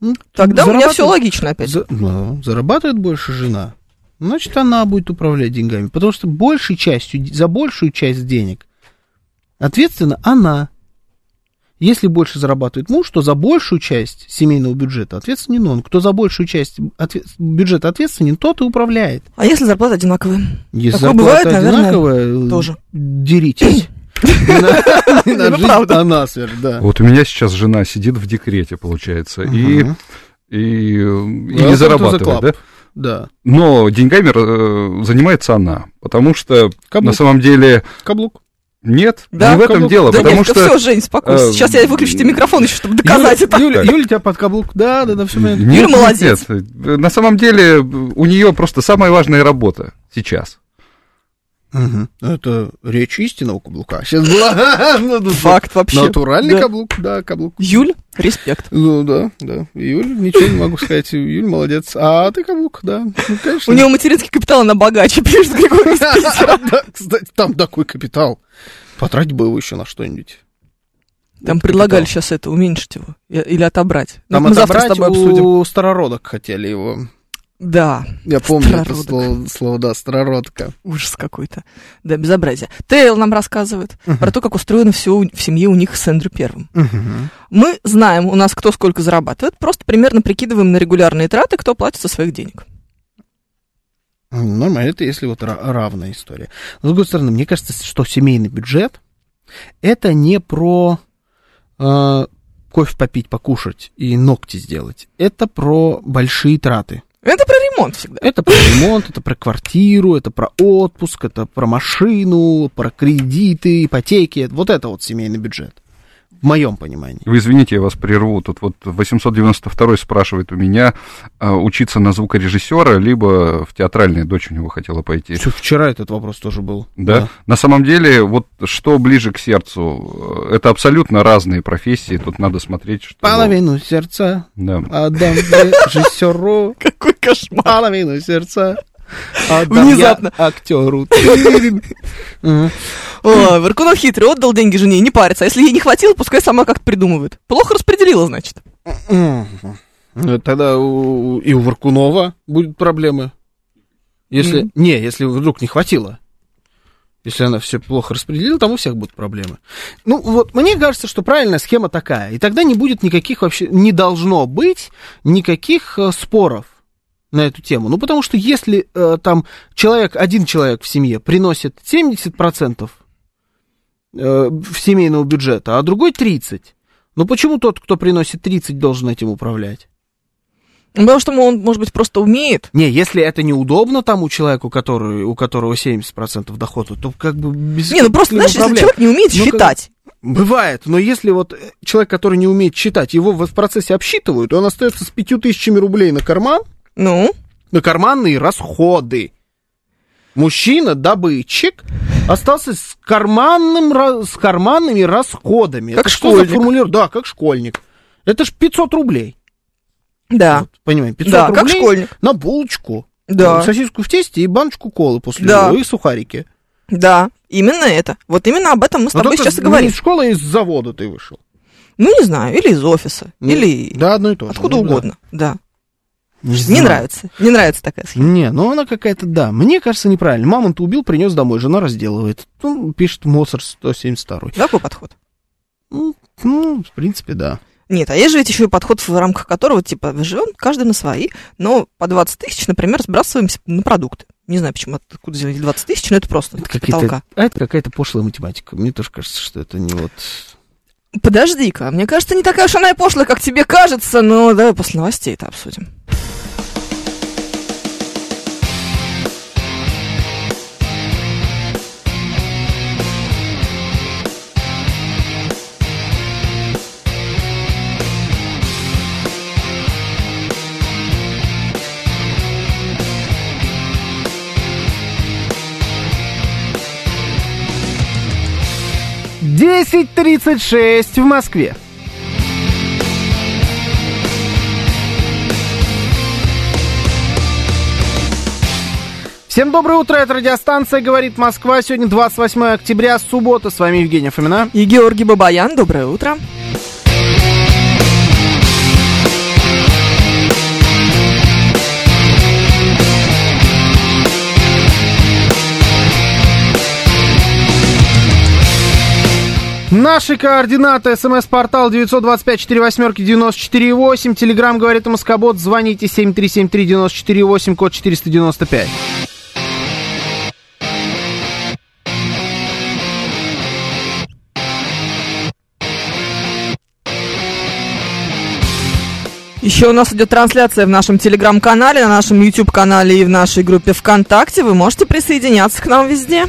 Тогда у меня все зарабатывает- логично опять. За- ну, зарабатывает больше жена, значит, она будет управлять деньгами. Потому что большей частью, за большую часть денег ответственна она. Если больше зарабатывает муж, то за большую часть семейного бюджета ответственен он. Кто за большую часть ответ- бюджета ответственен, тот и управляет. А если зарплата одинаковая? Если Такое зарплата бывает, наверное, одинаковая, тоже. деритесь. Не на- не на Ну, жизнь, правда. а на смерть, да. Вот у меня сейчас жена сидит в декрете, получается, и, Мгм. и, и Welcome не to the зарабатывает, club. да? Да. Но деньгами э, занимается она, потому что Каблук. на самом деле Каблук. нет, Да, не в этом каблук. дело, Да потому нет, что... все, Жень, спокойся. э, Сейчас я выключу тебе микрофон еще, чтобы доказать Юля, это. Юля, Юля, тебя под каблук. Да, да, да, все понятно. Нет, Юля нет, молодец. нет. На самом деле у нее просто самая важная работа сейчас. Мгм. Это речь истинного каблука. Сейчас была ну, ну, Факт вообще. натуральный Да. каблук, да, каблук. Юль, респект. Ну да, да. Юль, ничего не могу сказать. Юль молодец. А ты каблук, да. Ну, конечно. У него материнский капитал, она богаче, пишет Григорий из Питера. Да, кстати, там такой капитал. Потратить бы его еще на что-нибудь. Там Вот предлагали капитал. сейчас это уменьшить его или отобрать. Ну, Там мы завтра с отобрать тобой обсудим. у старородок хотели его. Да, Я помню это Старородок. слово, слово, да, старородка. ужас какой-то. Да, безобразие. Тейл нам рассказывает про то, как устроено все в семье у них с Эндрю Первым. Мгм. Мы знаем, у нас кто сколько зарабатывает, просто примерно прикидываем на регулярные траты, кто платит со своих денег. Нормально, это если вот ра- равная история. Но, с другой стороны, мне кажется, что семейный бюджет это не про э, кофе попить, покушать и ногти сделать. Это про большие траты. Это про ремонт всегда. Это про ремонт, это про квартиру, это про отпуск, это про машину, про кредиты, ипотеки. Вот это вот семейный бюджет. В моем понимании. Вы извините, я вас прерву. Тут вот восемьсот девяносто второй спрашивает у меня, а, учиться на звукорежиссера, либо в театральное, дочь у него хотела пойти. Всё, вчера этот вопрос тоже был. Да? На самом деле, вот что ближе к сердцу, это абсолютно разные профессии, тут надо смотреть, что... Половину сердца Да. отдам режиссеру, Какой кошмар. половину сердца отдам Внезапно. я актеру. Мгм. Ой, Варкунов хитрый, отдал деньги жене, не парится. А если ей не хватило, пускай сама как-то придумывает. Плохо распределила, значит. Мгм. Ну, тогда у- и у Варкунова будут проблемы. Если, Мгм. не, если вдруг не хватило. Если она все плохо распределила, там у всех будут проблемы. Ну, вот мне кажется, что правильная схема такая. И тогда не будет никаких вообще, не должно быть никаких э, споров на эту тему. Ну, потому что если э, там человек, один человек в семье приносит семьдесят процентов э, в семейного бюджета, а другой тридцать, ну почему тот, кто приносит тридцать, должен этим управлять? Потому что он, может быть, просто умеет. Не, если это неудобно тому человеку, который, у которого семьдесят процентов дохода, то как бы без... Не, ну просто, не знаешь, если управляет. человек не умеет Ну, как- считать. Бывает, но если вот человек, который не умеет считать, его в процессе обсчитывают, он остается с пятью тысячами рублей на карман, Ну, на карманные расходы. Мужчина, добытчик, остался с, карманным, ра- с карманными расходами. Как Это что за школьник. формулировка? Да, как школьник. Это ж пятьсот рублей. да, Вот, понимаете, пятьсот да, как рублей школьник. на булочку, Да. сосиску в тесте и баночку колы после Да. него, и сухарики. Да, именно это. Вот именно об этом мы с Но тобой только сейчас и не говорим. из школы, а из завода ты вышел. Ну, не знаю, или из офиса, Ну, или да, одно и то же. откуда Ну, да. угодно, да. Не, Не знаю. нравится, не нравится такая схема. Не, ну она какая-то, да. Мне кажется, неправильно. Мамонта убил, принес домой, жена разделывает. Ну, пишет Моцарт сто семьдесят два. Какой подход? Ну, ну, в принципе, да. Нет, а есть же ведь еще и подход, в рамках которого, типа, живем каждый на свои, но по двадцать тысяч, например, сбрасываемся на продукты. Не знаю, почему, откуда взяли двадцать тысяч, но это просто Это с потолка. какая-то, а это какая-то пошлая математика. Мне тоже кажется, что это не вот... Подожди-ка, мне кажется, не такая уж она и пошлая, как тебе кажется, но давай после новостей это обсудим. десять тридцать шесть в Москве. Всем доброе утро, это радиостанция «Говорит Москва». Сегодня двадцать восьмое октября, суббота. С вами Евгения Фомина. И Георгий Бабаян, доброе утро. Наши координаты. СМС-портал девять два пять четыре восемь девяносто четыре восемь. Телеграм говорит Москобот. Звоните семь три семь три девяносто четыре восемь, код четыреста девяносто пять. Еще у нас идет трансляция в нашем телеграм-канале, на нашем YouTube-канале и в нашей группе ВКонтакте. Вы можете присоединяться к нам везде.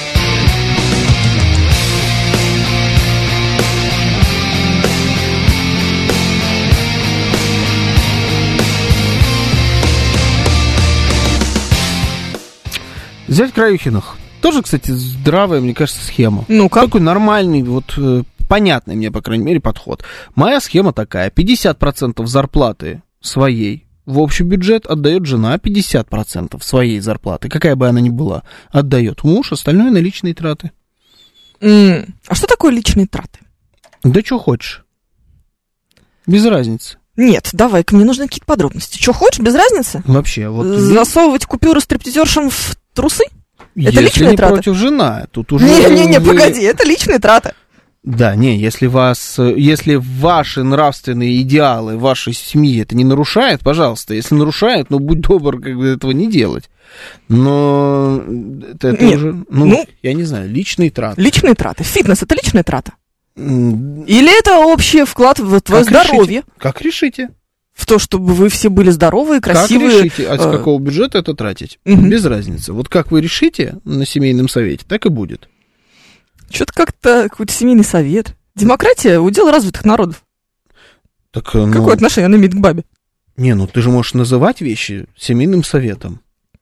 Взять Краюхиных. Тоже, кстати, здравая, мне кажется, схема. Ну-ка. Такой нормальный, вот э, понятный мне, по крайней мере, подход. Моя схема такая. пятьдесят процентов зарплаты своей в общий бюджет отдает жена, пятьдесят процентов своей зарплаты, какая бы она ни была, отдает муж, остальное на личные траты. Mm. А что такое личные траты? Да что хочешь. Без разницы. Нет, давай-ка, мне нужны какие-то подробности. Что хочешь, без разницы? Вообще, вот... Засовывать купюры стриптизершам в трусы? Это если личная не трата? Против жена, тут уже... Не-не-не, вы... погоди, это личная трата. Да, не, если вас, если ваши нравственные идеалы вашей семьи это не нарушает, пожалуйста, если нарушает, ну, будь добр, как бы этого не делать. Но это, это Нет, уже, ну, ну, я не знаю, личные траты. Личные траты. Фитнес — это личная трата? Или это общий вклад в твое как здоровье? Решите? Как решите? В то, чтобы вы все были здоровые, красивые. Как решите, а с какого бюджета это тратить? Угу. Без разницы. Вот как вы решите на семейном совете, так и будет. Что-то как-то какой-то семейный совет. Демократия — удел развитых народов. Так, ну... Какое отношение она имеет к бабе? Не, ну ты же можешь называть вещи семейным советом.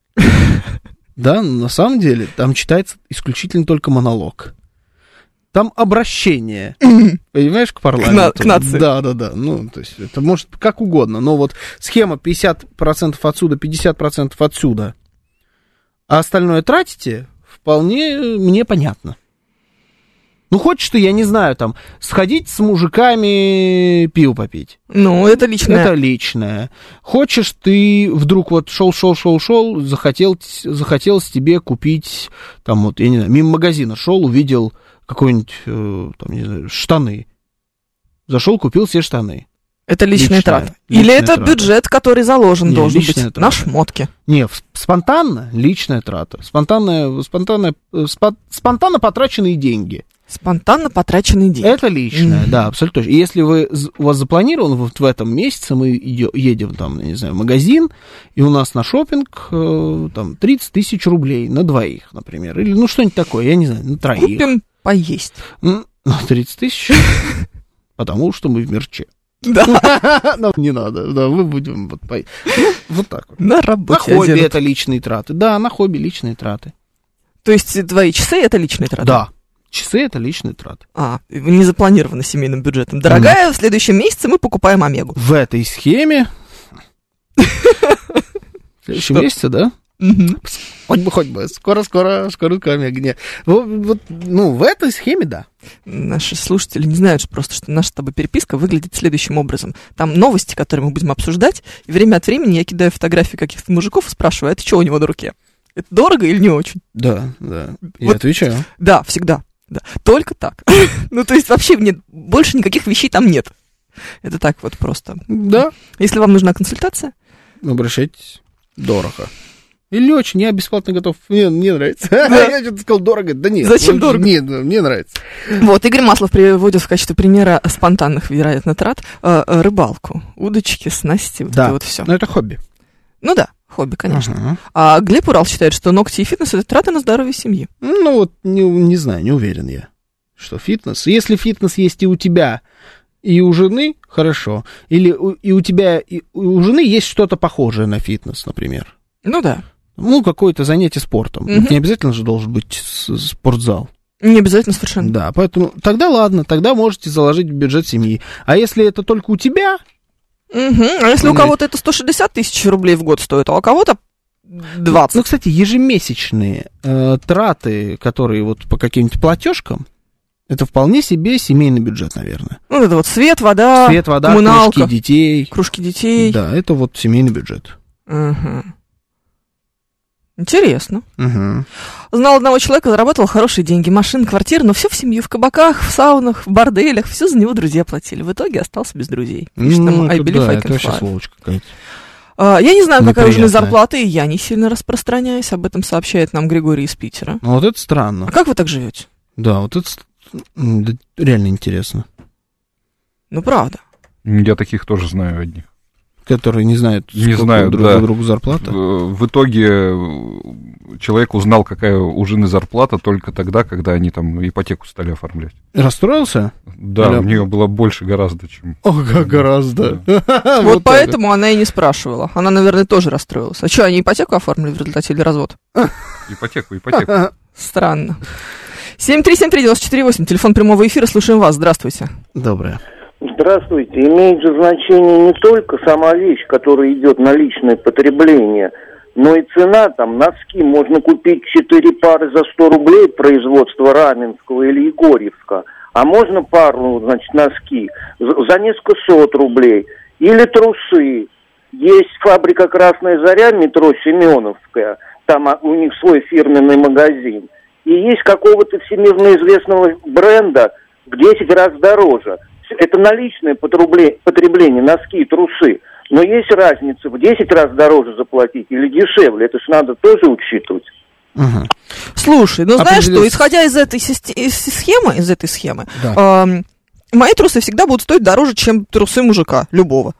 Да, на самом деле там читается исключительно только монолог. Там обращение, понимаешь, к парламенту. К, на, к нации. Да, да, да. Ну, то есть это может как угодно. Но вот схема пятьдесят процентов отсюда, пятьдесят процентов отсюда, а остальное тратите, вполне мне понятно. Ну, хочешь ты, я не знаю, там, сходить с мужиками пиво попить. Ну, это личное. Это личное. Хочешь ты вдруг вот шел, шел, шел, шел, захотел, захотелось тебе купить, там вот, я не знаю, мимо магазина шел, увидел какой-нибудь, э, там, не знаю, штаны. Зашел, купил себе штаны. Это личная, личная трата. Личная Или это трата. Бюджет, который заложен не, должен быть трата. На шмотки. Не, спонтанно личная трата. Спонтанно, спонтанно, спо, спонтанно потраченные деньги. Спонтанно потраченные деньги. Это личное, mm-hmm. да, абсолютно точно. И если вы, у вас запланировано вот в этом месяце, мы едем там, не знаю, в магазин, и у нас на шопинг э, там тридцать тысяч рублей на двоих, например. Или ну что-нибудь такое, я не знаю, на троих. Купим поесть. Ну, тридцать тысяч, потому что мы в мерче. Да. Нам не надо, да, мы будем вот, по... вот так вот. На работе. На хобби оденут. Это личные траты. Да, на хобби личные траты. То есть твои часы это личные траты? Да. Часы это личные траты. А, не запланировано семейным бюджетом. Дорогая, mm. в следующем месяце мы покупаем Омегу. В этой схеме. В следующем месяце, да? Хоть бы, хоть бы. Скоро-скоро, скоро Омега. Нет. Вот, ну, в этой схеме, да. Наши слушатели не знают просто, что наша с тобой переписка выглядит следующим образом. Там новости, которые мы будем обсуждать, и время от времени я кидаю фотографии каких-то мужиков и спрашиваю, это что у него на руке? Это дорого или не очень? Да, да. Я вот, отвечаю. Да, всегда. Да. Только так. Ну, то есть вообще нет, больше никаких вещей там нет. Это так вот просто. Да. Если вам нужна консультация... Обращайтесь. Дорого. Или очень, я бесплатно готов. Мне, мне нравится. Да. Я что-то сказал дорого. Да нет. Зачем ну, дорого? Нет, мне нравится. Вот, Игорь Маслов приводит в качестве примера спонтанных, вероятно, трат э, рыбалку. Удочки, снасти, вот да. это вот все. Но это хобби. Ну да. Хобби, конечно. Uh-huh. А Глеб Урал считает, что ногти и фитнес — это траты на здоровье семьи. Ну, вот, не, не знаю, не уверен я, что фитнес. Если фитнес есть и у тебя, и у жены, хорошо. Или у, и у тебя, и у жены есть что-то похожее на фитнес, например. Ну да. Ну, какое-то занятие спортом. Uh-huh. Не обязательно же должен быть спортзал. Не обязательно совершенно. Да, поэтому тогда ладно, тогда можете заложить в бюджет семьи. А если это только у тебя... Угу. А если у кого-то это сто шестьдесят тысяч рублей в год стоит, а у кого-то двадцать? Ну, кстати, ежемесячные э, траты, которые вот по каким-нибудь платежкам, это вполне себе семейный бюджет, наверное. Ну, это вот свет, вода, свет, вода, коммуналка, кружки детей. Кружки детей. Да, это вот семейный бюджет. Угу. Интересно. Угу. Знал одного человека, заработал хорошие деньги, машины, квартиры, но все в семью, в кабаках, в саунах, в борделях, все за него друзья платили. В итоге остался без друзей. Пишет Ну, нам I это, believe да, I это can вообще fly. сволочь какая-то. А, я не знаю, какая у жены Неприятная. зарплата, и я не сильно распространяюсь. Об этом сообщает нам Григорий из Питера. Ну, вот это странно. А как вы так живете? Да, вот это ст- м, да, реально интересно. Ну, правда. Я таких тоже знаю одних. Которые не знают, Не сколько знаю, друг да. другу зарплата. В, в итоге человек узнал, какая у жены зарплата только тогда, когда они там ипотеку стали оформлять. Расстроился? Да, Или- у нее было больше гораздо, чем... О, как гораздо. Вот поэтому она и не спрашивала. Она, наверное, тоже расстроилась. А что, они ипотеку оформили в результате или развод? Ипотеку, ипотеку. Странно. семь три семь три девять четыре восемь, телефон прямого эфира, слушаем вас, здравствуйте. Доброе. Здравствуйте. Имеет же значение не только сама вещь, которая идет на личное потребление, но и цена, там, носки. Можно купить четыре пары за сто рублей производства Раменского или Егорьевска, а можно пару, значит, носки за, за несколько сот рублей. Или трусы. Есть фабрика «Красная заря», метро Семеновская, там у них свой фирменный магазин. И есть какого-то всемирно известного бренда в десять раз дороже. Это наличное потребление, носки и трусы. Но есть разница, в десять раз дороже заплатить или дешевле. Это ж надо тоже учитывать. Угу. Слушай, ну знаешь Определенно. что, исходя из этой систи- из схемы, из этой схемы, Да. эм, мои трусы всегда будут стоить дороже, чем трусы мужика, любого.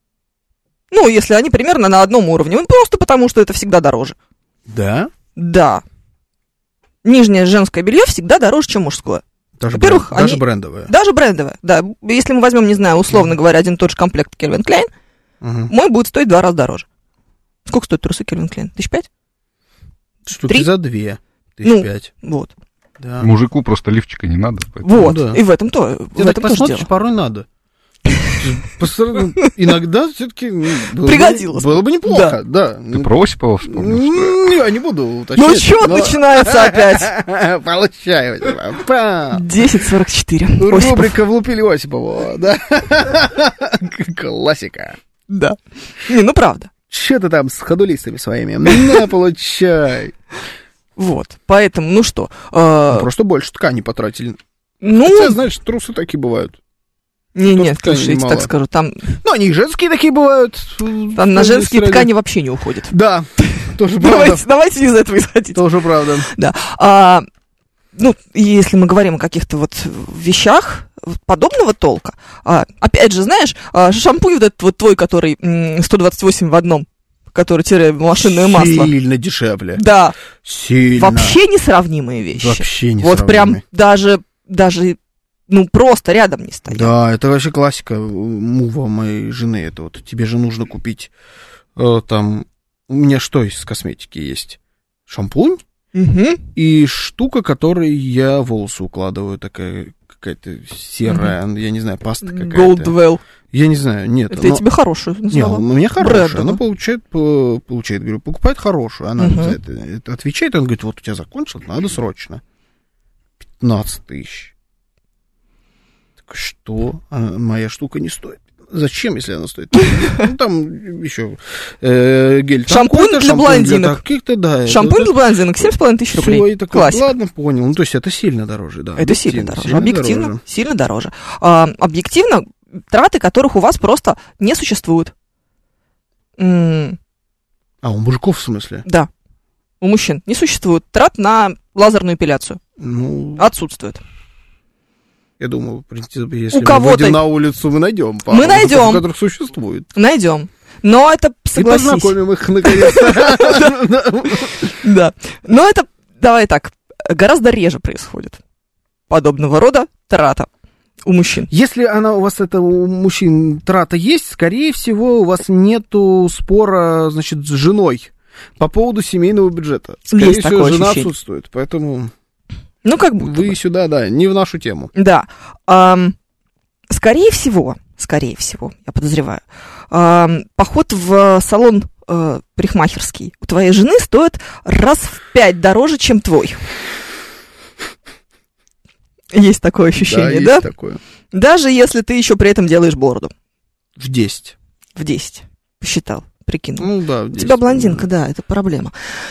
Ну, если они примерно на одном уровне. Ну, просто потому, что это всегда дороже. Да? Да. Нижнее женское белье всегда дороже, чем мужское. Даже, Во-первых, бренд- даже они- брендовое. Даже брендовое, да. Если мы возьмем, не знаю, условно говоря, один и тот же комплект Calvin Klein, Угу. мой будет стоить в два раза дороже. Сколько стоят трусы Calvin Klein? Тысяч пять? Штуки Три? за две. Тысяч Ну, пять. Вот. Да. Мужику просто лифчика не надо. поэтому- Вот. да. И в этом то. В Ты так этом тоже посмотришь, дело. порой надо. По сравнению- Иногда все-таки Пригодилось. Было бы неплохо, да. Ты про Осипова вспомнил, что ли? М, Я не буду уточнять. Ну что но- начинается опять? Получай. Па. десять сорок четыре. Рубрика «Влупили Осипова». Да. Классика. Да. Не, ну правда. Че ты там с ходулистами своими? На, получай. Вот. Поэтому, ну что. Ну, э, Просто больше ткани потратили. Ну, Хотя, знаешь, трусы такие бывают. не, нет, ткани слушай, я тебе немало. так скажу, там, Ну, они и женские такие бывают. там на женские ткани вообще не уходит. Да, тоже правда. Давайте, давайте из этого исходить. Тоже правда. Да. А, ну, если мы говорим о каких-то вот вещах подобного толка, а, опять же, знаешь, а, шампунь вот этот вот твой, который м, сто двадцать восемь в одном, который тире машинное масло. Сильно дешевле. Да, Сильно. вообще несравнимые вещи. Вообще не Вот прям даже, даже, ну, просто рядом не стоят. Да, это вообще классика мува моей жены. Это вот тебе же нужно купить э, там... У меня что из косметики есть? Шампунь Мгм. и штука, которой я волосы укладываю, такая какая-то серая, я не знаю, паста какая-то. Goldwell. Я не знаю, нет. Это я тебе хорошую Не, назвала. у меня хорошая, Брендовую. она получает, по- получает, говорю, покупает хорошую, она Мгм. за это, это отвечает, он говорит, вот у тебя закончилось, надо срочно. пятнадцать тысяч. Так что? А моя штука не стоит. Зачем, если она стоит? Ну, там еще э, гель. Шампунь такой-то, для шампунь блондинок. таких-то, да. Шампунь это- для блондинок семь с половиной тысяч всё, рублей. и такой, Классик. ладно, понял. Ну, то есть это сильно дороже, да. Это сильно объективно, дороже. сильно Объективно, дороже. сильно дороже. А, объективно, траты, которых у вас просто не существует. М, А, у мужиков в смысле? да. У мужчин не существует трат на лазерную эпиляцию. Ну, Отсутствует. я думаю, в принципе, если мы кого-то- выйдем на улицу, мы найдем. пару Мы найдем. мужиков, которых существует. Найдем. Но это, И согласись. познакомим их наконец-то. Да. Но это, давай так, гораздо реже происходит. Подобного рода трата у мужчин. Если она у вас, это у мужчин трата есть, скорее всего, у вас нету спора, значит, с женой по поводу семейного бюджета. Скорее Есть всего, такое жена ощущение. отсутствует, поэтому Ну, как будто вы бы. сюда, да, не в нашу тему. Да. Ам, скорее всего, скорее всего, я подозреваю, ам, поход в салон э, парикмахерский у твоей жены стоит раз в пять дороже, чем твой. Есть такое ощущение, есть да? такое. Даже если ты еще при этом делаешь бороду. В десять. В десять. Посчитал, прикинул. Ну да, в У десять. тебя блондинка, да, это проблема.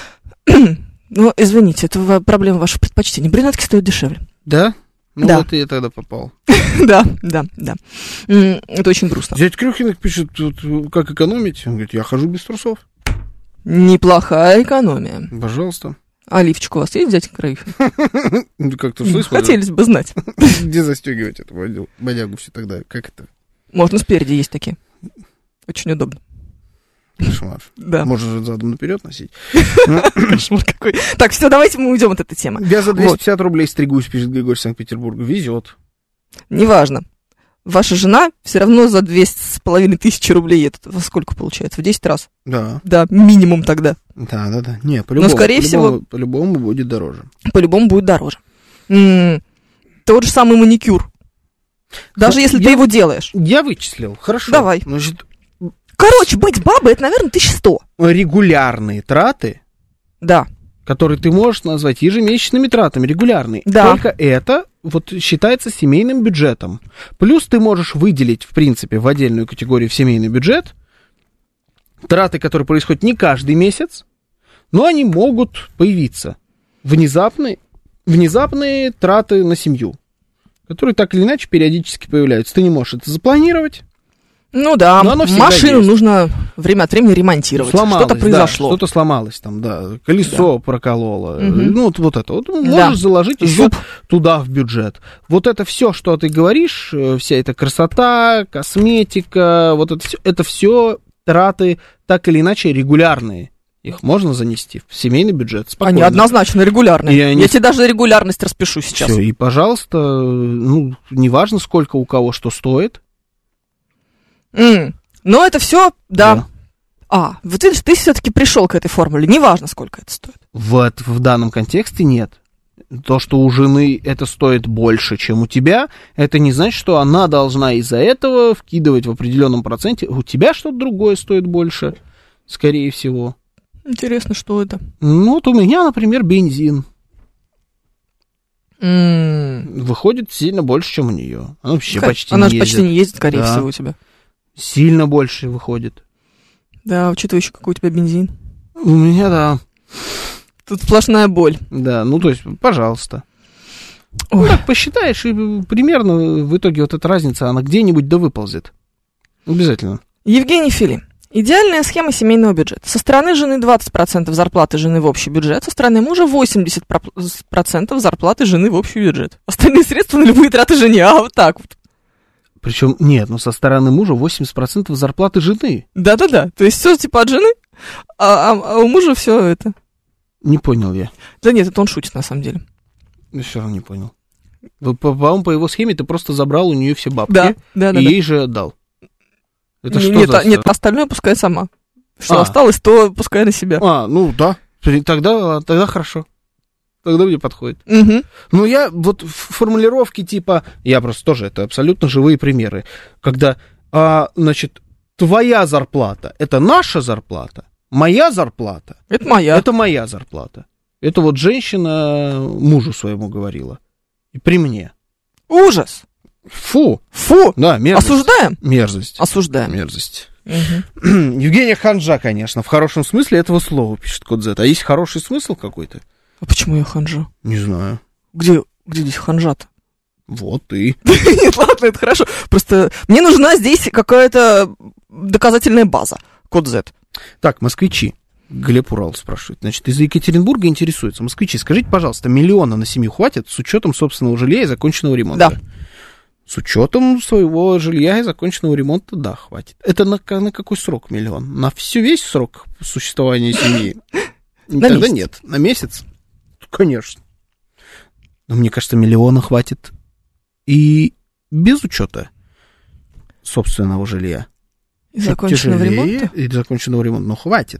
Ну, извините, это ва- проблема ваших предпочтений. Брюнетки стоят дешевле. Да? Ну, Да. вот и я тогда попал. Да, да, да. М, Это очень грустно. Дядя Крюхин пишет, тут, как экономить. Он говорит, я хожу без трусов. Неплохая экономия. Пожалуйста. А лифчик у вас есть, дядя Краюхин? Ну, как трусы использовать? Хотелось бы знать. Где застегивать эту бодягу- бодягу все тогда? Как это? Можно спереди есть такие. Очень удобно. Кошмар. Да. Можно же задом наперед носить. Кошмар какой. Так, все, давайте мы уйдем от этой темы. Я за двести пятьдесят рублей стригусь, пишет Григорий Санкт-Петербурга. Везет. Неважно. Ваша жена все равно за двести с половиной тысячи рублей это во сколько получается? В десять раз? Да. Да, минимум тогда. Да, да, да. Не, по-любому. Но, скорее по-любому, всего- По-любому будет дороже. По-любому будет дороже. М, Тот же самый маникюр. Даже Х- если я- ты его делаешь. Я вычислил. Хорошо. Давай. Значит, Короче, быть бабой, это, наверное, тысяча сто. регулярные траты, Да. которые ты можешь назвать ежемесячными тратами, регулярные. Да. Только это вот считается семейным бюджетом. Плюс ты можешь выделить, в принципе, в отдельную категорию в семейный бюджет траты, которые происходят не каждый месяц, но они могут появиться. Внезапные, внезапные траты на семью, которые так или иначе периодически появляются. Ты не можешь это запланировать. Ну да, Но оно всегда машину есть. нужно время от времени ремонтировать. Сломалось, Что-то произошло. да, что-то сломалось там, да, колесо прокололо, Мгм. ну вот, вот это. Вот, Да. можешь заложить еще Зуб. туда в бюджет. Вот это все, что ты говоришь, э, вся эта красота, косметика, вот это все, это все траты так или иначе регулярные. Их можно занести в семейный бюджет спокойно. Они однозначно регулярные. И они- Я тебе даже за регулярность распишу сейчас. Все, и, пожалуйста, ну, неважно, сколько у кого что стоит. М, Но это все, да. Да. А, вот видишь, ты все-таки пришел к этой формуле. Неважно, сколько это стоит. Вот в данном контексте нет. То, что у жены это стоит больше, чем у тебя, это не значит, что она должна из-за этого вкидывать в определенном проценте. У тебя что-то другое стоит больше, скорее всего. Интересно, что это? Ну, вот у меня, например, бензин М, выходит сильно больше, чем у нее. Она вообще ка- почти Она не же ездит. почти не ездит, скорее Да. всего, у тебя. Сильно больше выходит. Да, учитывая еще, какой у тебя бензин. У меня, да. Тут сплошная боль. Да, ну, то есть, пожалуйста. Ой. Ну, так посчитаешь, и примерно в итоге вот эта разница, она где-нибудь да выползет. Обязательно. Евгений Фили. Идеальная схема семейного бюджета. Со стороны жены двадцать процентов зарплаты жены в общий бюджет, со стороны мужа восемьдесят процентов зарплаты жены в общий бюджет. Остальные средства на любые траты жене. А вот так вот. Причем, нет, ну со стороны мужа восемьдесят процентов зарплаты жены. Да-да-да. То есть все типа от жены, а, а- а у мужа все это. Не понял я. Да нет, это он шутит на самом деле. Я все равно не понял. Вы, по- По-моему, по его схеме ты просто забрал у нее все бабки Да, да, да. и да. ей же отдал. Это Не- что нет, за... а- нет, остальное пускай сама. Что А. осталось, то пускай на себя. А, ну да, тогда, тогда хорошо. Тогда мне подходит. Мгм. Ну, я вот в формулировке типа, я просто тоже, это абсолютно живые примеры, когда, а, значит, твоя зарплата, это наша зарплата, моя зарплата, Это моя. это моя зарплата. Это вот женщина мужу своему говорила. И при мне. Ужас. Фу, Фу. да, мерзость. Осуждаем? Мерзость. Осуждаем. Мерзость. Мгм. Евгения Ханжа, конечно, в хорошем смысле этого слова, пишет код Z. А есть хороший смысл какой-то? А почему я ханжа? Не знаю. Где, где здесь ханжа-то? Вот ты. Нет, ладно, это хорошо. Просто мне нужна здесь какая-то доказательная база. Код Z. Так, москвичи. Глеб Урал спрашивает. Значит, из Екатеринбурга интересуется. Москвичи, скажите, пожалуйста, миллиона на семью хватит с учетом собственного жилья и законченного ремонта? Да. С учетом своего жилья и законченного ремонта, да, хватит. Это на, на какой срок миллион? На всю весь срок существования семьи? На Тогда месяц. нет. На месяц? Конечно. Но мне кажется, миллиона хватит и без учета собственного жилья. И законченного Тяжелее, ремонта? И законченного ремонта. Но хватит.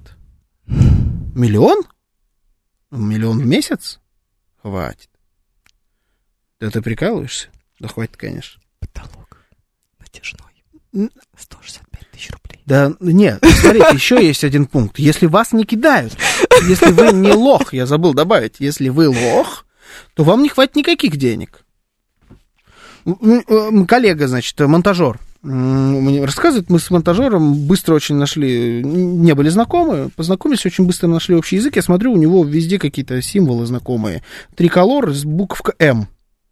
Миллион? Миллион в месяц? Хватит. Да ты прикалываешься? Да хватит, конечно. Потолок натяжной. Н- сто шестьдесят пять тысяч рублей. Да нет, смотрите, еще есть один пункт. Если вас не кидают, если вы не лох, я забыл добавить, если вы лох, то вам не хватит никаких денег. М, м, Коллега, значит, монтажер, мне рассказывает, мы с монтажером быстро очень нашли, не были знакомы, познакомились, очень быстро нашли общий язык. Я смотрю, у него везде какие-то символы знакомые. Триколор с буквой М.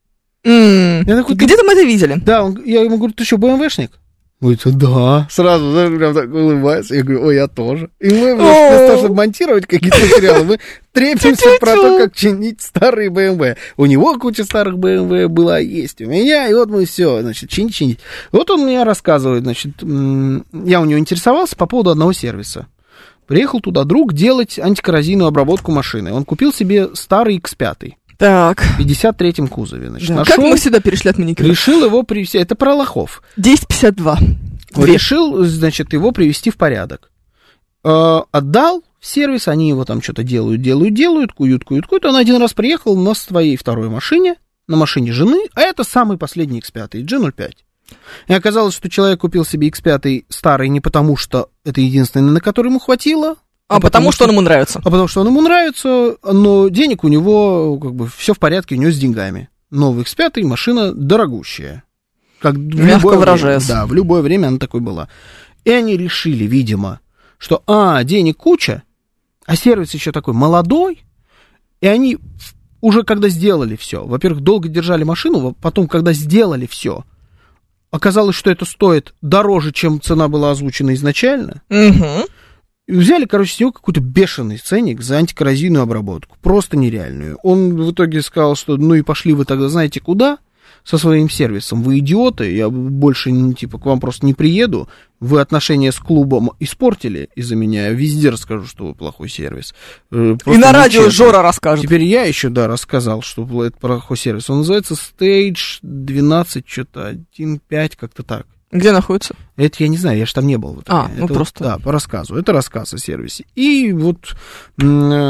Mm. Такой, где-то мы это видели. Да, он, я ему говорю, ты что, бэ эм вэ-шник? Говорит, да, сразу, да, прям так улыбается. Я говорю, ой, я тоже. И мы, вместо того, чтобы монтировать какие-то материалы, мы трепимся про то, как чинить старые бэ эм вэ. У него куча старых бэ эм вэ была, есть у меня, и вот мы все, значит, чинить, чинить. Вот он мне рассказывает, значит, я у него интересовался по поводу одного сервиса. Приехал туда друг делать антикоррозийную обработку машины. Он купил себе старый икс пять. Так. В пятьдесят третьем кузове. Значит, да. нашел, как мы сюда перешли от маникюра? Решил его привести. Это про лохов. десять пятьдесят два. Решил, значит, его привести в порядок. Э, отдал в сервис, они его там что-то делают, делают, делают, куют, куют, куют. Он один раз приехал на своей второй машине, на машине жены, а это самый последний икс пять, джи ноль пять. И оказалось, что человек купил себе икс пять старый не потому, что это единственный, на который ему хватило, А, а потому, потому что он ему нравится. А потому что он ему нравится, но денег у него, как бы, все в порядке, у него с деньгами. Новый икс пять, машина дорогущая. Как мягко выражаясь. Да, в любое время она такой была. И они решили, видимо, что, а, денег куча, а сервис еще такой молодой, и они уже когда сделали все, во-первых, долго держали машину, потом, когда сделали все, оказалось, что это стоит дороже, чем цена была озвучена изначально. Угу. И взяли, короче, с него какой-то бешеный ценник за антикоррозийную обработку. Просто нереальную. Он в итоге сказал, что ну и пошли вы тогда знаете куда со своим сервисом. Вы идиоты, я больше типа к вам просто не приеду. Вы отношения с клубом испортили из-за меня. Я везде расскажу, что вы плохой сервис. Просто и на радио нечестно. Жора расскажет. Теперь я еще, да, рассказал, что это плохой сервис. Он называется Stage двенадцать, что-то один пять, как-то так. Где находится? Это я не знаю, я же там не был. А, это ну вот, просто. Да, по рассказу. Это рассказ о сервисе. И вот, э,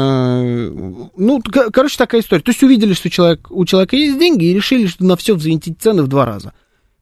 ну, к- короче, такая история. То есть увидели, что человек, у человека есть деньги, и решили, что на все взвинтить цены в два раза.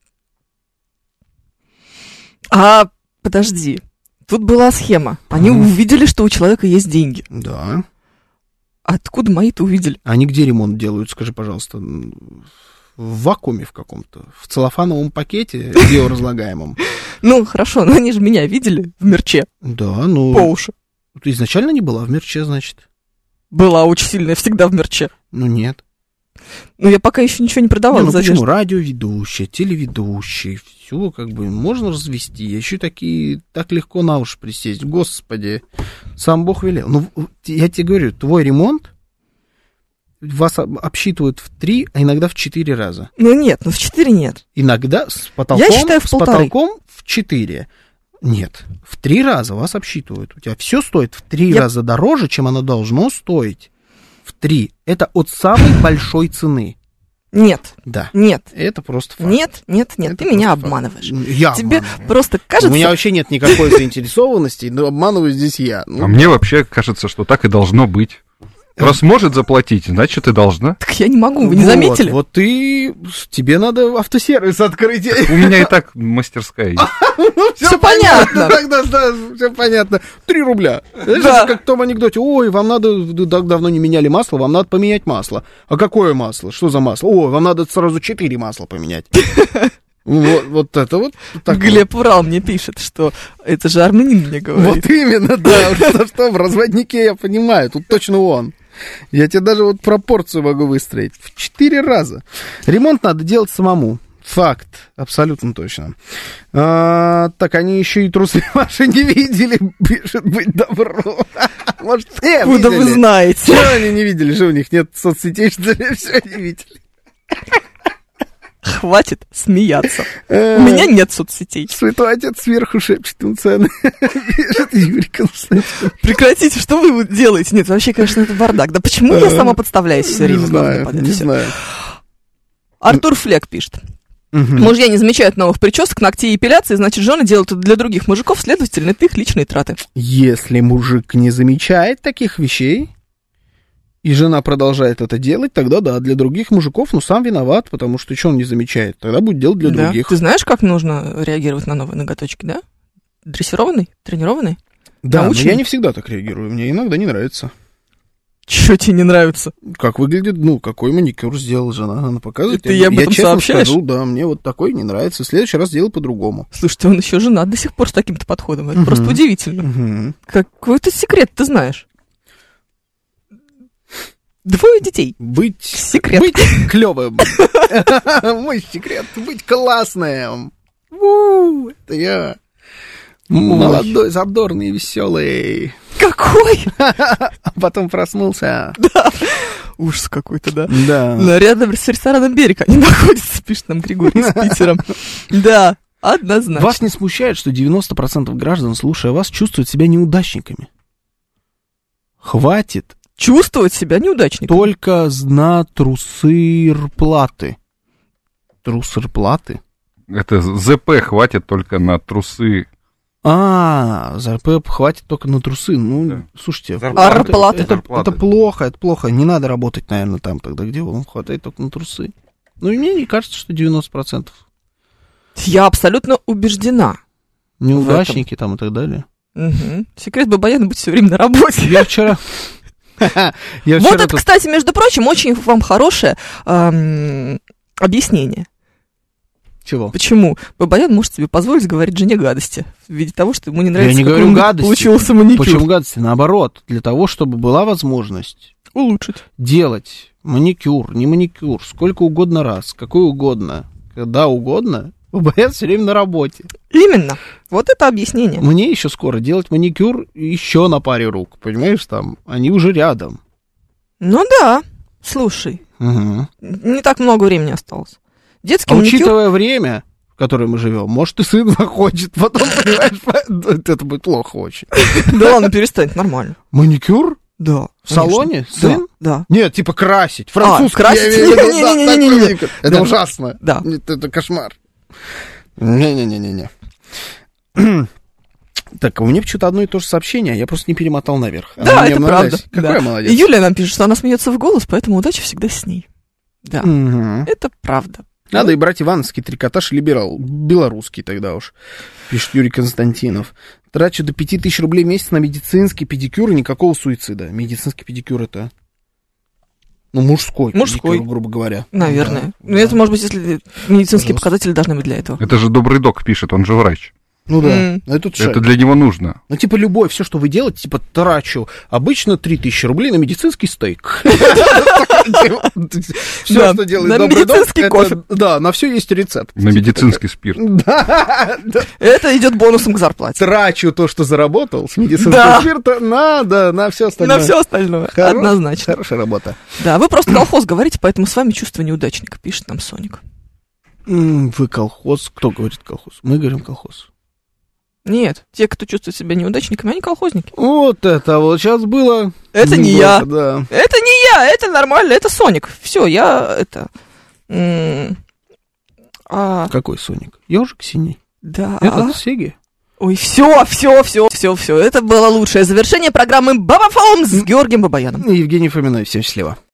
А, подожди. Тут была схема. Они mm. увидели, что у человека есть деньги. Да. Откуда мои-то увидели? Они где ремонт делают, скажи, пожалуйста? В вакууме в каком-то, в целлофановом пакете биоразлагаемом. Ну, хорошо, но они же меня видели в мерче. Да, ну... По уши. Ты изначально не была в мерче, значит? Была очень сильная, всегда в мерче. Ну, нет. Ну, я пока еще ничего не продавала. Не, ну почему? Радиоведущие, телеведущие, все как бы можно развести. Еще такие, так легко на уши присесть. Господи, сам Бог велел. Ну, я тебе говорю, твой ремонт вас обсчитывают в три, а иногда в четыре раза. Ну нет, ну в четыре нет. Иногда с потолком, я считаю, в с потолком в четыре. Нет, в три раза вас обсчитывают. У тебя все стоит в три я... раза дороже, чем оно должно стоить. В три. Это от самой большой цены. Нет. Да. Нет. Это просто факт. Нет, нет, нет. Это ты меня факт. обманываешь. Я Тебе обманываю. просто кажется... У меня вообще нет никакой заинтересованности, но обманываю здесь я. Ну, а мне вообще кажется, что так и должно быть. Раз может заплатить, значит, и должна. Так я не могу, вы не вот, заметили? Вот ты, тебе надо автосервис открыть. У меня и так мастерская есть. Все понятно. Тогда, да, все понятно. Три рубля. Знаешь, как в том анекдоте. Ой, вам надо, давно не меняли масло, вам надо поменять масло. А какое масло? Что за масло? Ой, вам надо сразу четыре масла поменять. Вот, вот это вот. Так Глеб вот. Урал мне пишет, что это же армянин мне говорит. Вот именно, да. Что, что в разводнике я понимаю, тут точно он. Я тебе даже вот пропорцию могу выстроить. В четыре раза. Ремонт надо делать самому. Факт. Абсолютно точно. А, так, они еще и трусы ваши не видели. Пишет быть добро. Может, все Куда видели? Вы знаете? Что они не видели? Что у них нет соцсетей, что ли? Все не видели. Хватит смеяться. У меня нет соцсетей. Святой Отец сверху шепчет им цены. Пишет Юрий Константин. Прекратите, что вы делаете? Нет, вообще, конечно, это бардак. Да почему я сама подставляюсь все время? Не знаю, не знаю. Артур Флек пишет. Мужья не замечают новых причесок, ногтей и эпиляции, значит, жены делают это для других мужиков, следовательно, это их личные траты. Если мужик не замечает таких вещей, и жена продолжает это делать, тогда да, для других мужиков, ну, сам виноват, потому что что он не замечает, тогда будет делать для да. других. Ты знаешь, как нужно реагировать на новые ноготочки, да? Дрессированный? Тренированный? Да, Научный? но я не всегда так реагирую, мне иногда не нравится. Чё тебе не нравится? Как выглядит, ну, какой маникюр сделала жена, она показывает. Ты ей об этом я честно сообщаешь? скажу, да, мне вот такой не нравится, в следующий раз сделаю по-другому. Слушай, он еще женат до сих пор с таким-то подходом. Это Мгм. просто удивительно. Мгм. Какой-то секрет ты знаешь. Двое детей. Быть, Секрет. быть клевым. Мой секрет, быть классным. У, это я. Молодой, задорный, веселый. Какой? А потом проснулся. Ужас какой-то, да. Да. Но рядом с рестораном «Берег» они находятся, пишет нам Григорий из Питера. Да, однозначно. Вас не смущает, что девяносто процентов граждан, слушая вас, чувствуют себя неудачниками? Хватит Чувствовать себя неудачником. только на трусырплаты. Трусырплаты? Это ЗП хватит только на трусы. А, ЗРП хватит только на трусы. Ну, Да. слушайте, Зарплаты. Зарплаты. это, это, Зарплаты. это плохо, это плохо. Не надо работать, наверное, там тогда, где вам хватает только на трусы. Ну, и мне не кажется, что девяносто процентов Я абсолютно убеждена. неудачники там и так далее. Мгм. Секрет Бабаяна — быть все время на работе. Я вчера... Я Вот вчера это, тут- кстати, между прочим, очень вам хорошее эм, объяснение. Чего? Почему Бабаян может себе позволить говорить жене гадости в виде того, что ему не Я нравится, не как говорю он гадости. получился маникюр. Почему гадости? Наоборот, для того, чтобы была возможность Улучшить. делать маникюр, не маникюр, сколько угодно раз, какой угодно, когда угодно, Бабаян все время на работе. Именно. Вот это объяснение. Мне еще скоро делать маникюр еще на паре рук, понимаешь, там, они уже рядом. Ну да, слушай, Угу. не так много времени осталось. Детский А маникюр... учитывая время, в которое мы живем, может, и сын захочет, потом, понимаешь, это будет плохо очень. Да ладно, перестань, нормально. Маникюр? Да. В салоне? конечно. Сын? Да, Нет, типа красить. Французский, красить? я имею в виду, да, Не-не-не-не-не-не. такой маникюр. Это Да. ужасно. Да. Это, это кошмар. Не-не-не-не-не. Так, у меня почему-то одно и то же сообщение, я просто не перемотал наверх. Оно да, мне это понравилось. правда. Какой да. я молодец. И Юлия нам пишет, что она смеется в голос, поэтому удача всегда с ней. Да, Мгм. это правда. Надо и брать ивановский трикотаж и либерал. Белорусский тогда уж, пишет Юрий Константинов. Трачу до пяти тысяч рублей в месяц на медицинский педикюр и никакого суицида. Медицинский педикюр это... Ну, мужской, Мужской. педикюр, грубо говоря. Наверное. Да, Ну, да. это, может быть, если медицинские Пожалуйста. показатели должны быть для этого. Это же добрый док пишет, он же врач. Ну да, М. это тут шаг. Это для него нужно. Ну, типа, любое, все, что вы делаете, типа, трачу обычно три тысячи рублей на медицинский стейк. Все, Да, что делает на добрый док, медицинский это- кофе. Да, на все есть рецепт. На медицинский спирт. Да, да. Это идет бонусом к зарплате. Трачу то, что заработал с Да. медицинского спирта, на, да, на все остальное. На все остальное. Хоро- Однозначно. Хорошая работа. Да, вы просто колхоз говорите, поэтому с вами чувство неудачника, пишет нам Соник. М, Вы колхоз. Кто говорит колхоз? Мы говорим колхоз. Нет, те, кто чувствует себя неудачниками, они колхозники. Вот это вот сейчас было. Это не Было, я. Да. Это не я, это нормально, это Соник. Все, я это... м, а, Какой Соник? Ежик синий. да. Этот Сеги. Ой, все, все, все, все, все. Это было лучшее завершение программы Бабафон с Георгием Бабаяном. Евгений Фоминой. Всем счастливо.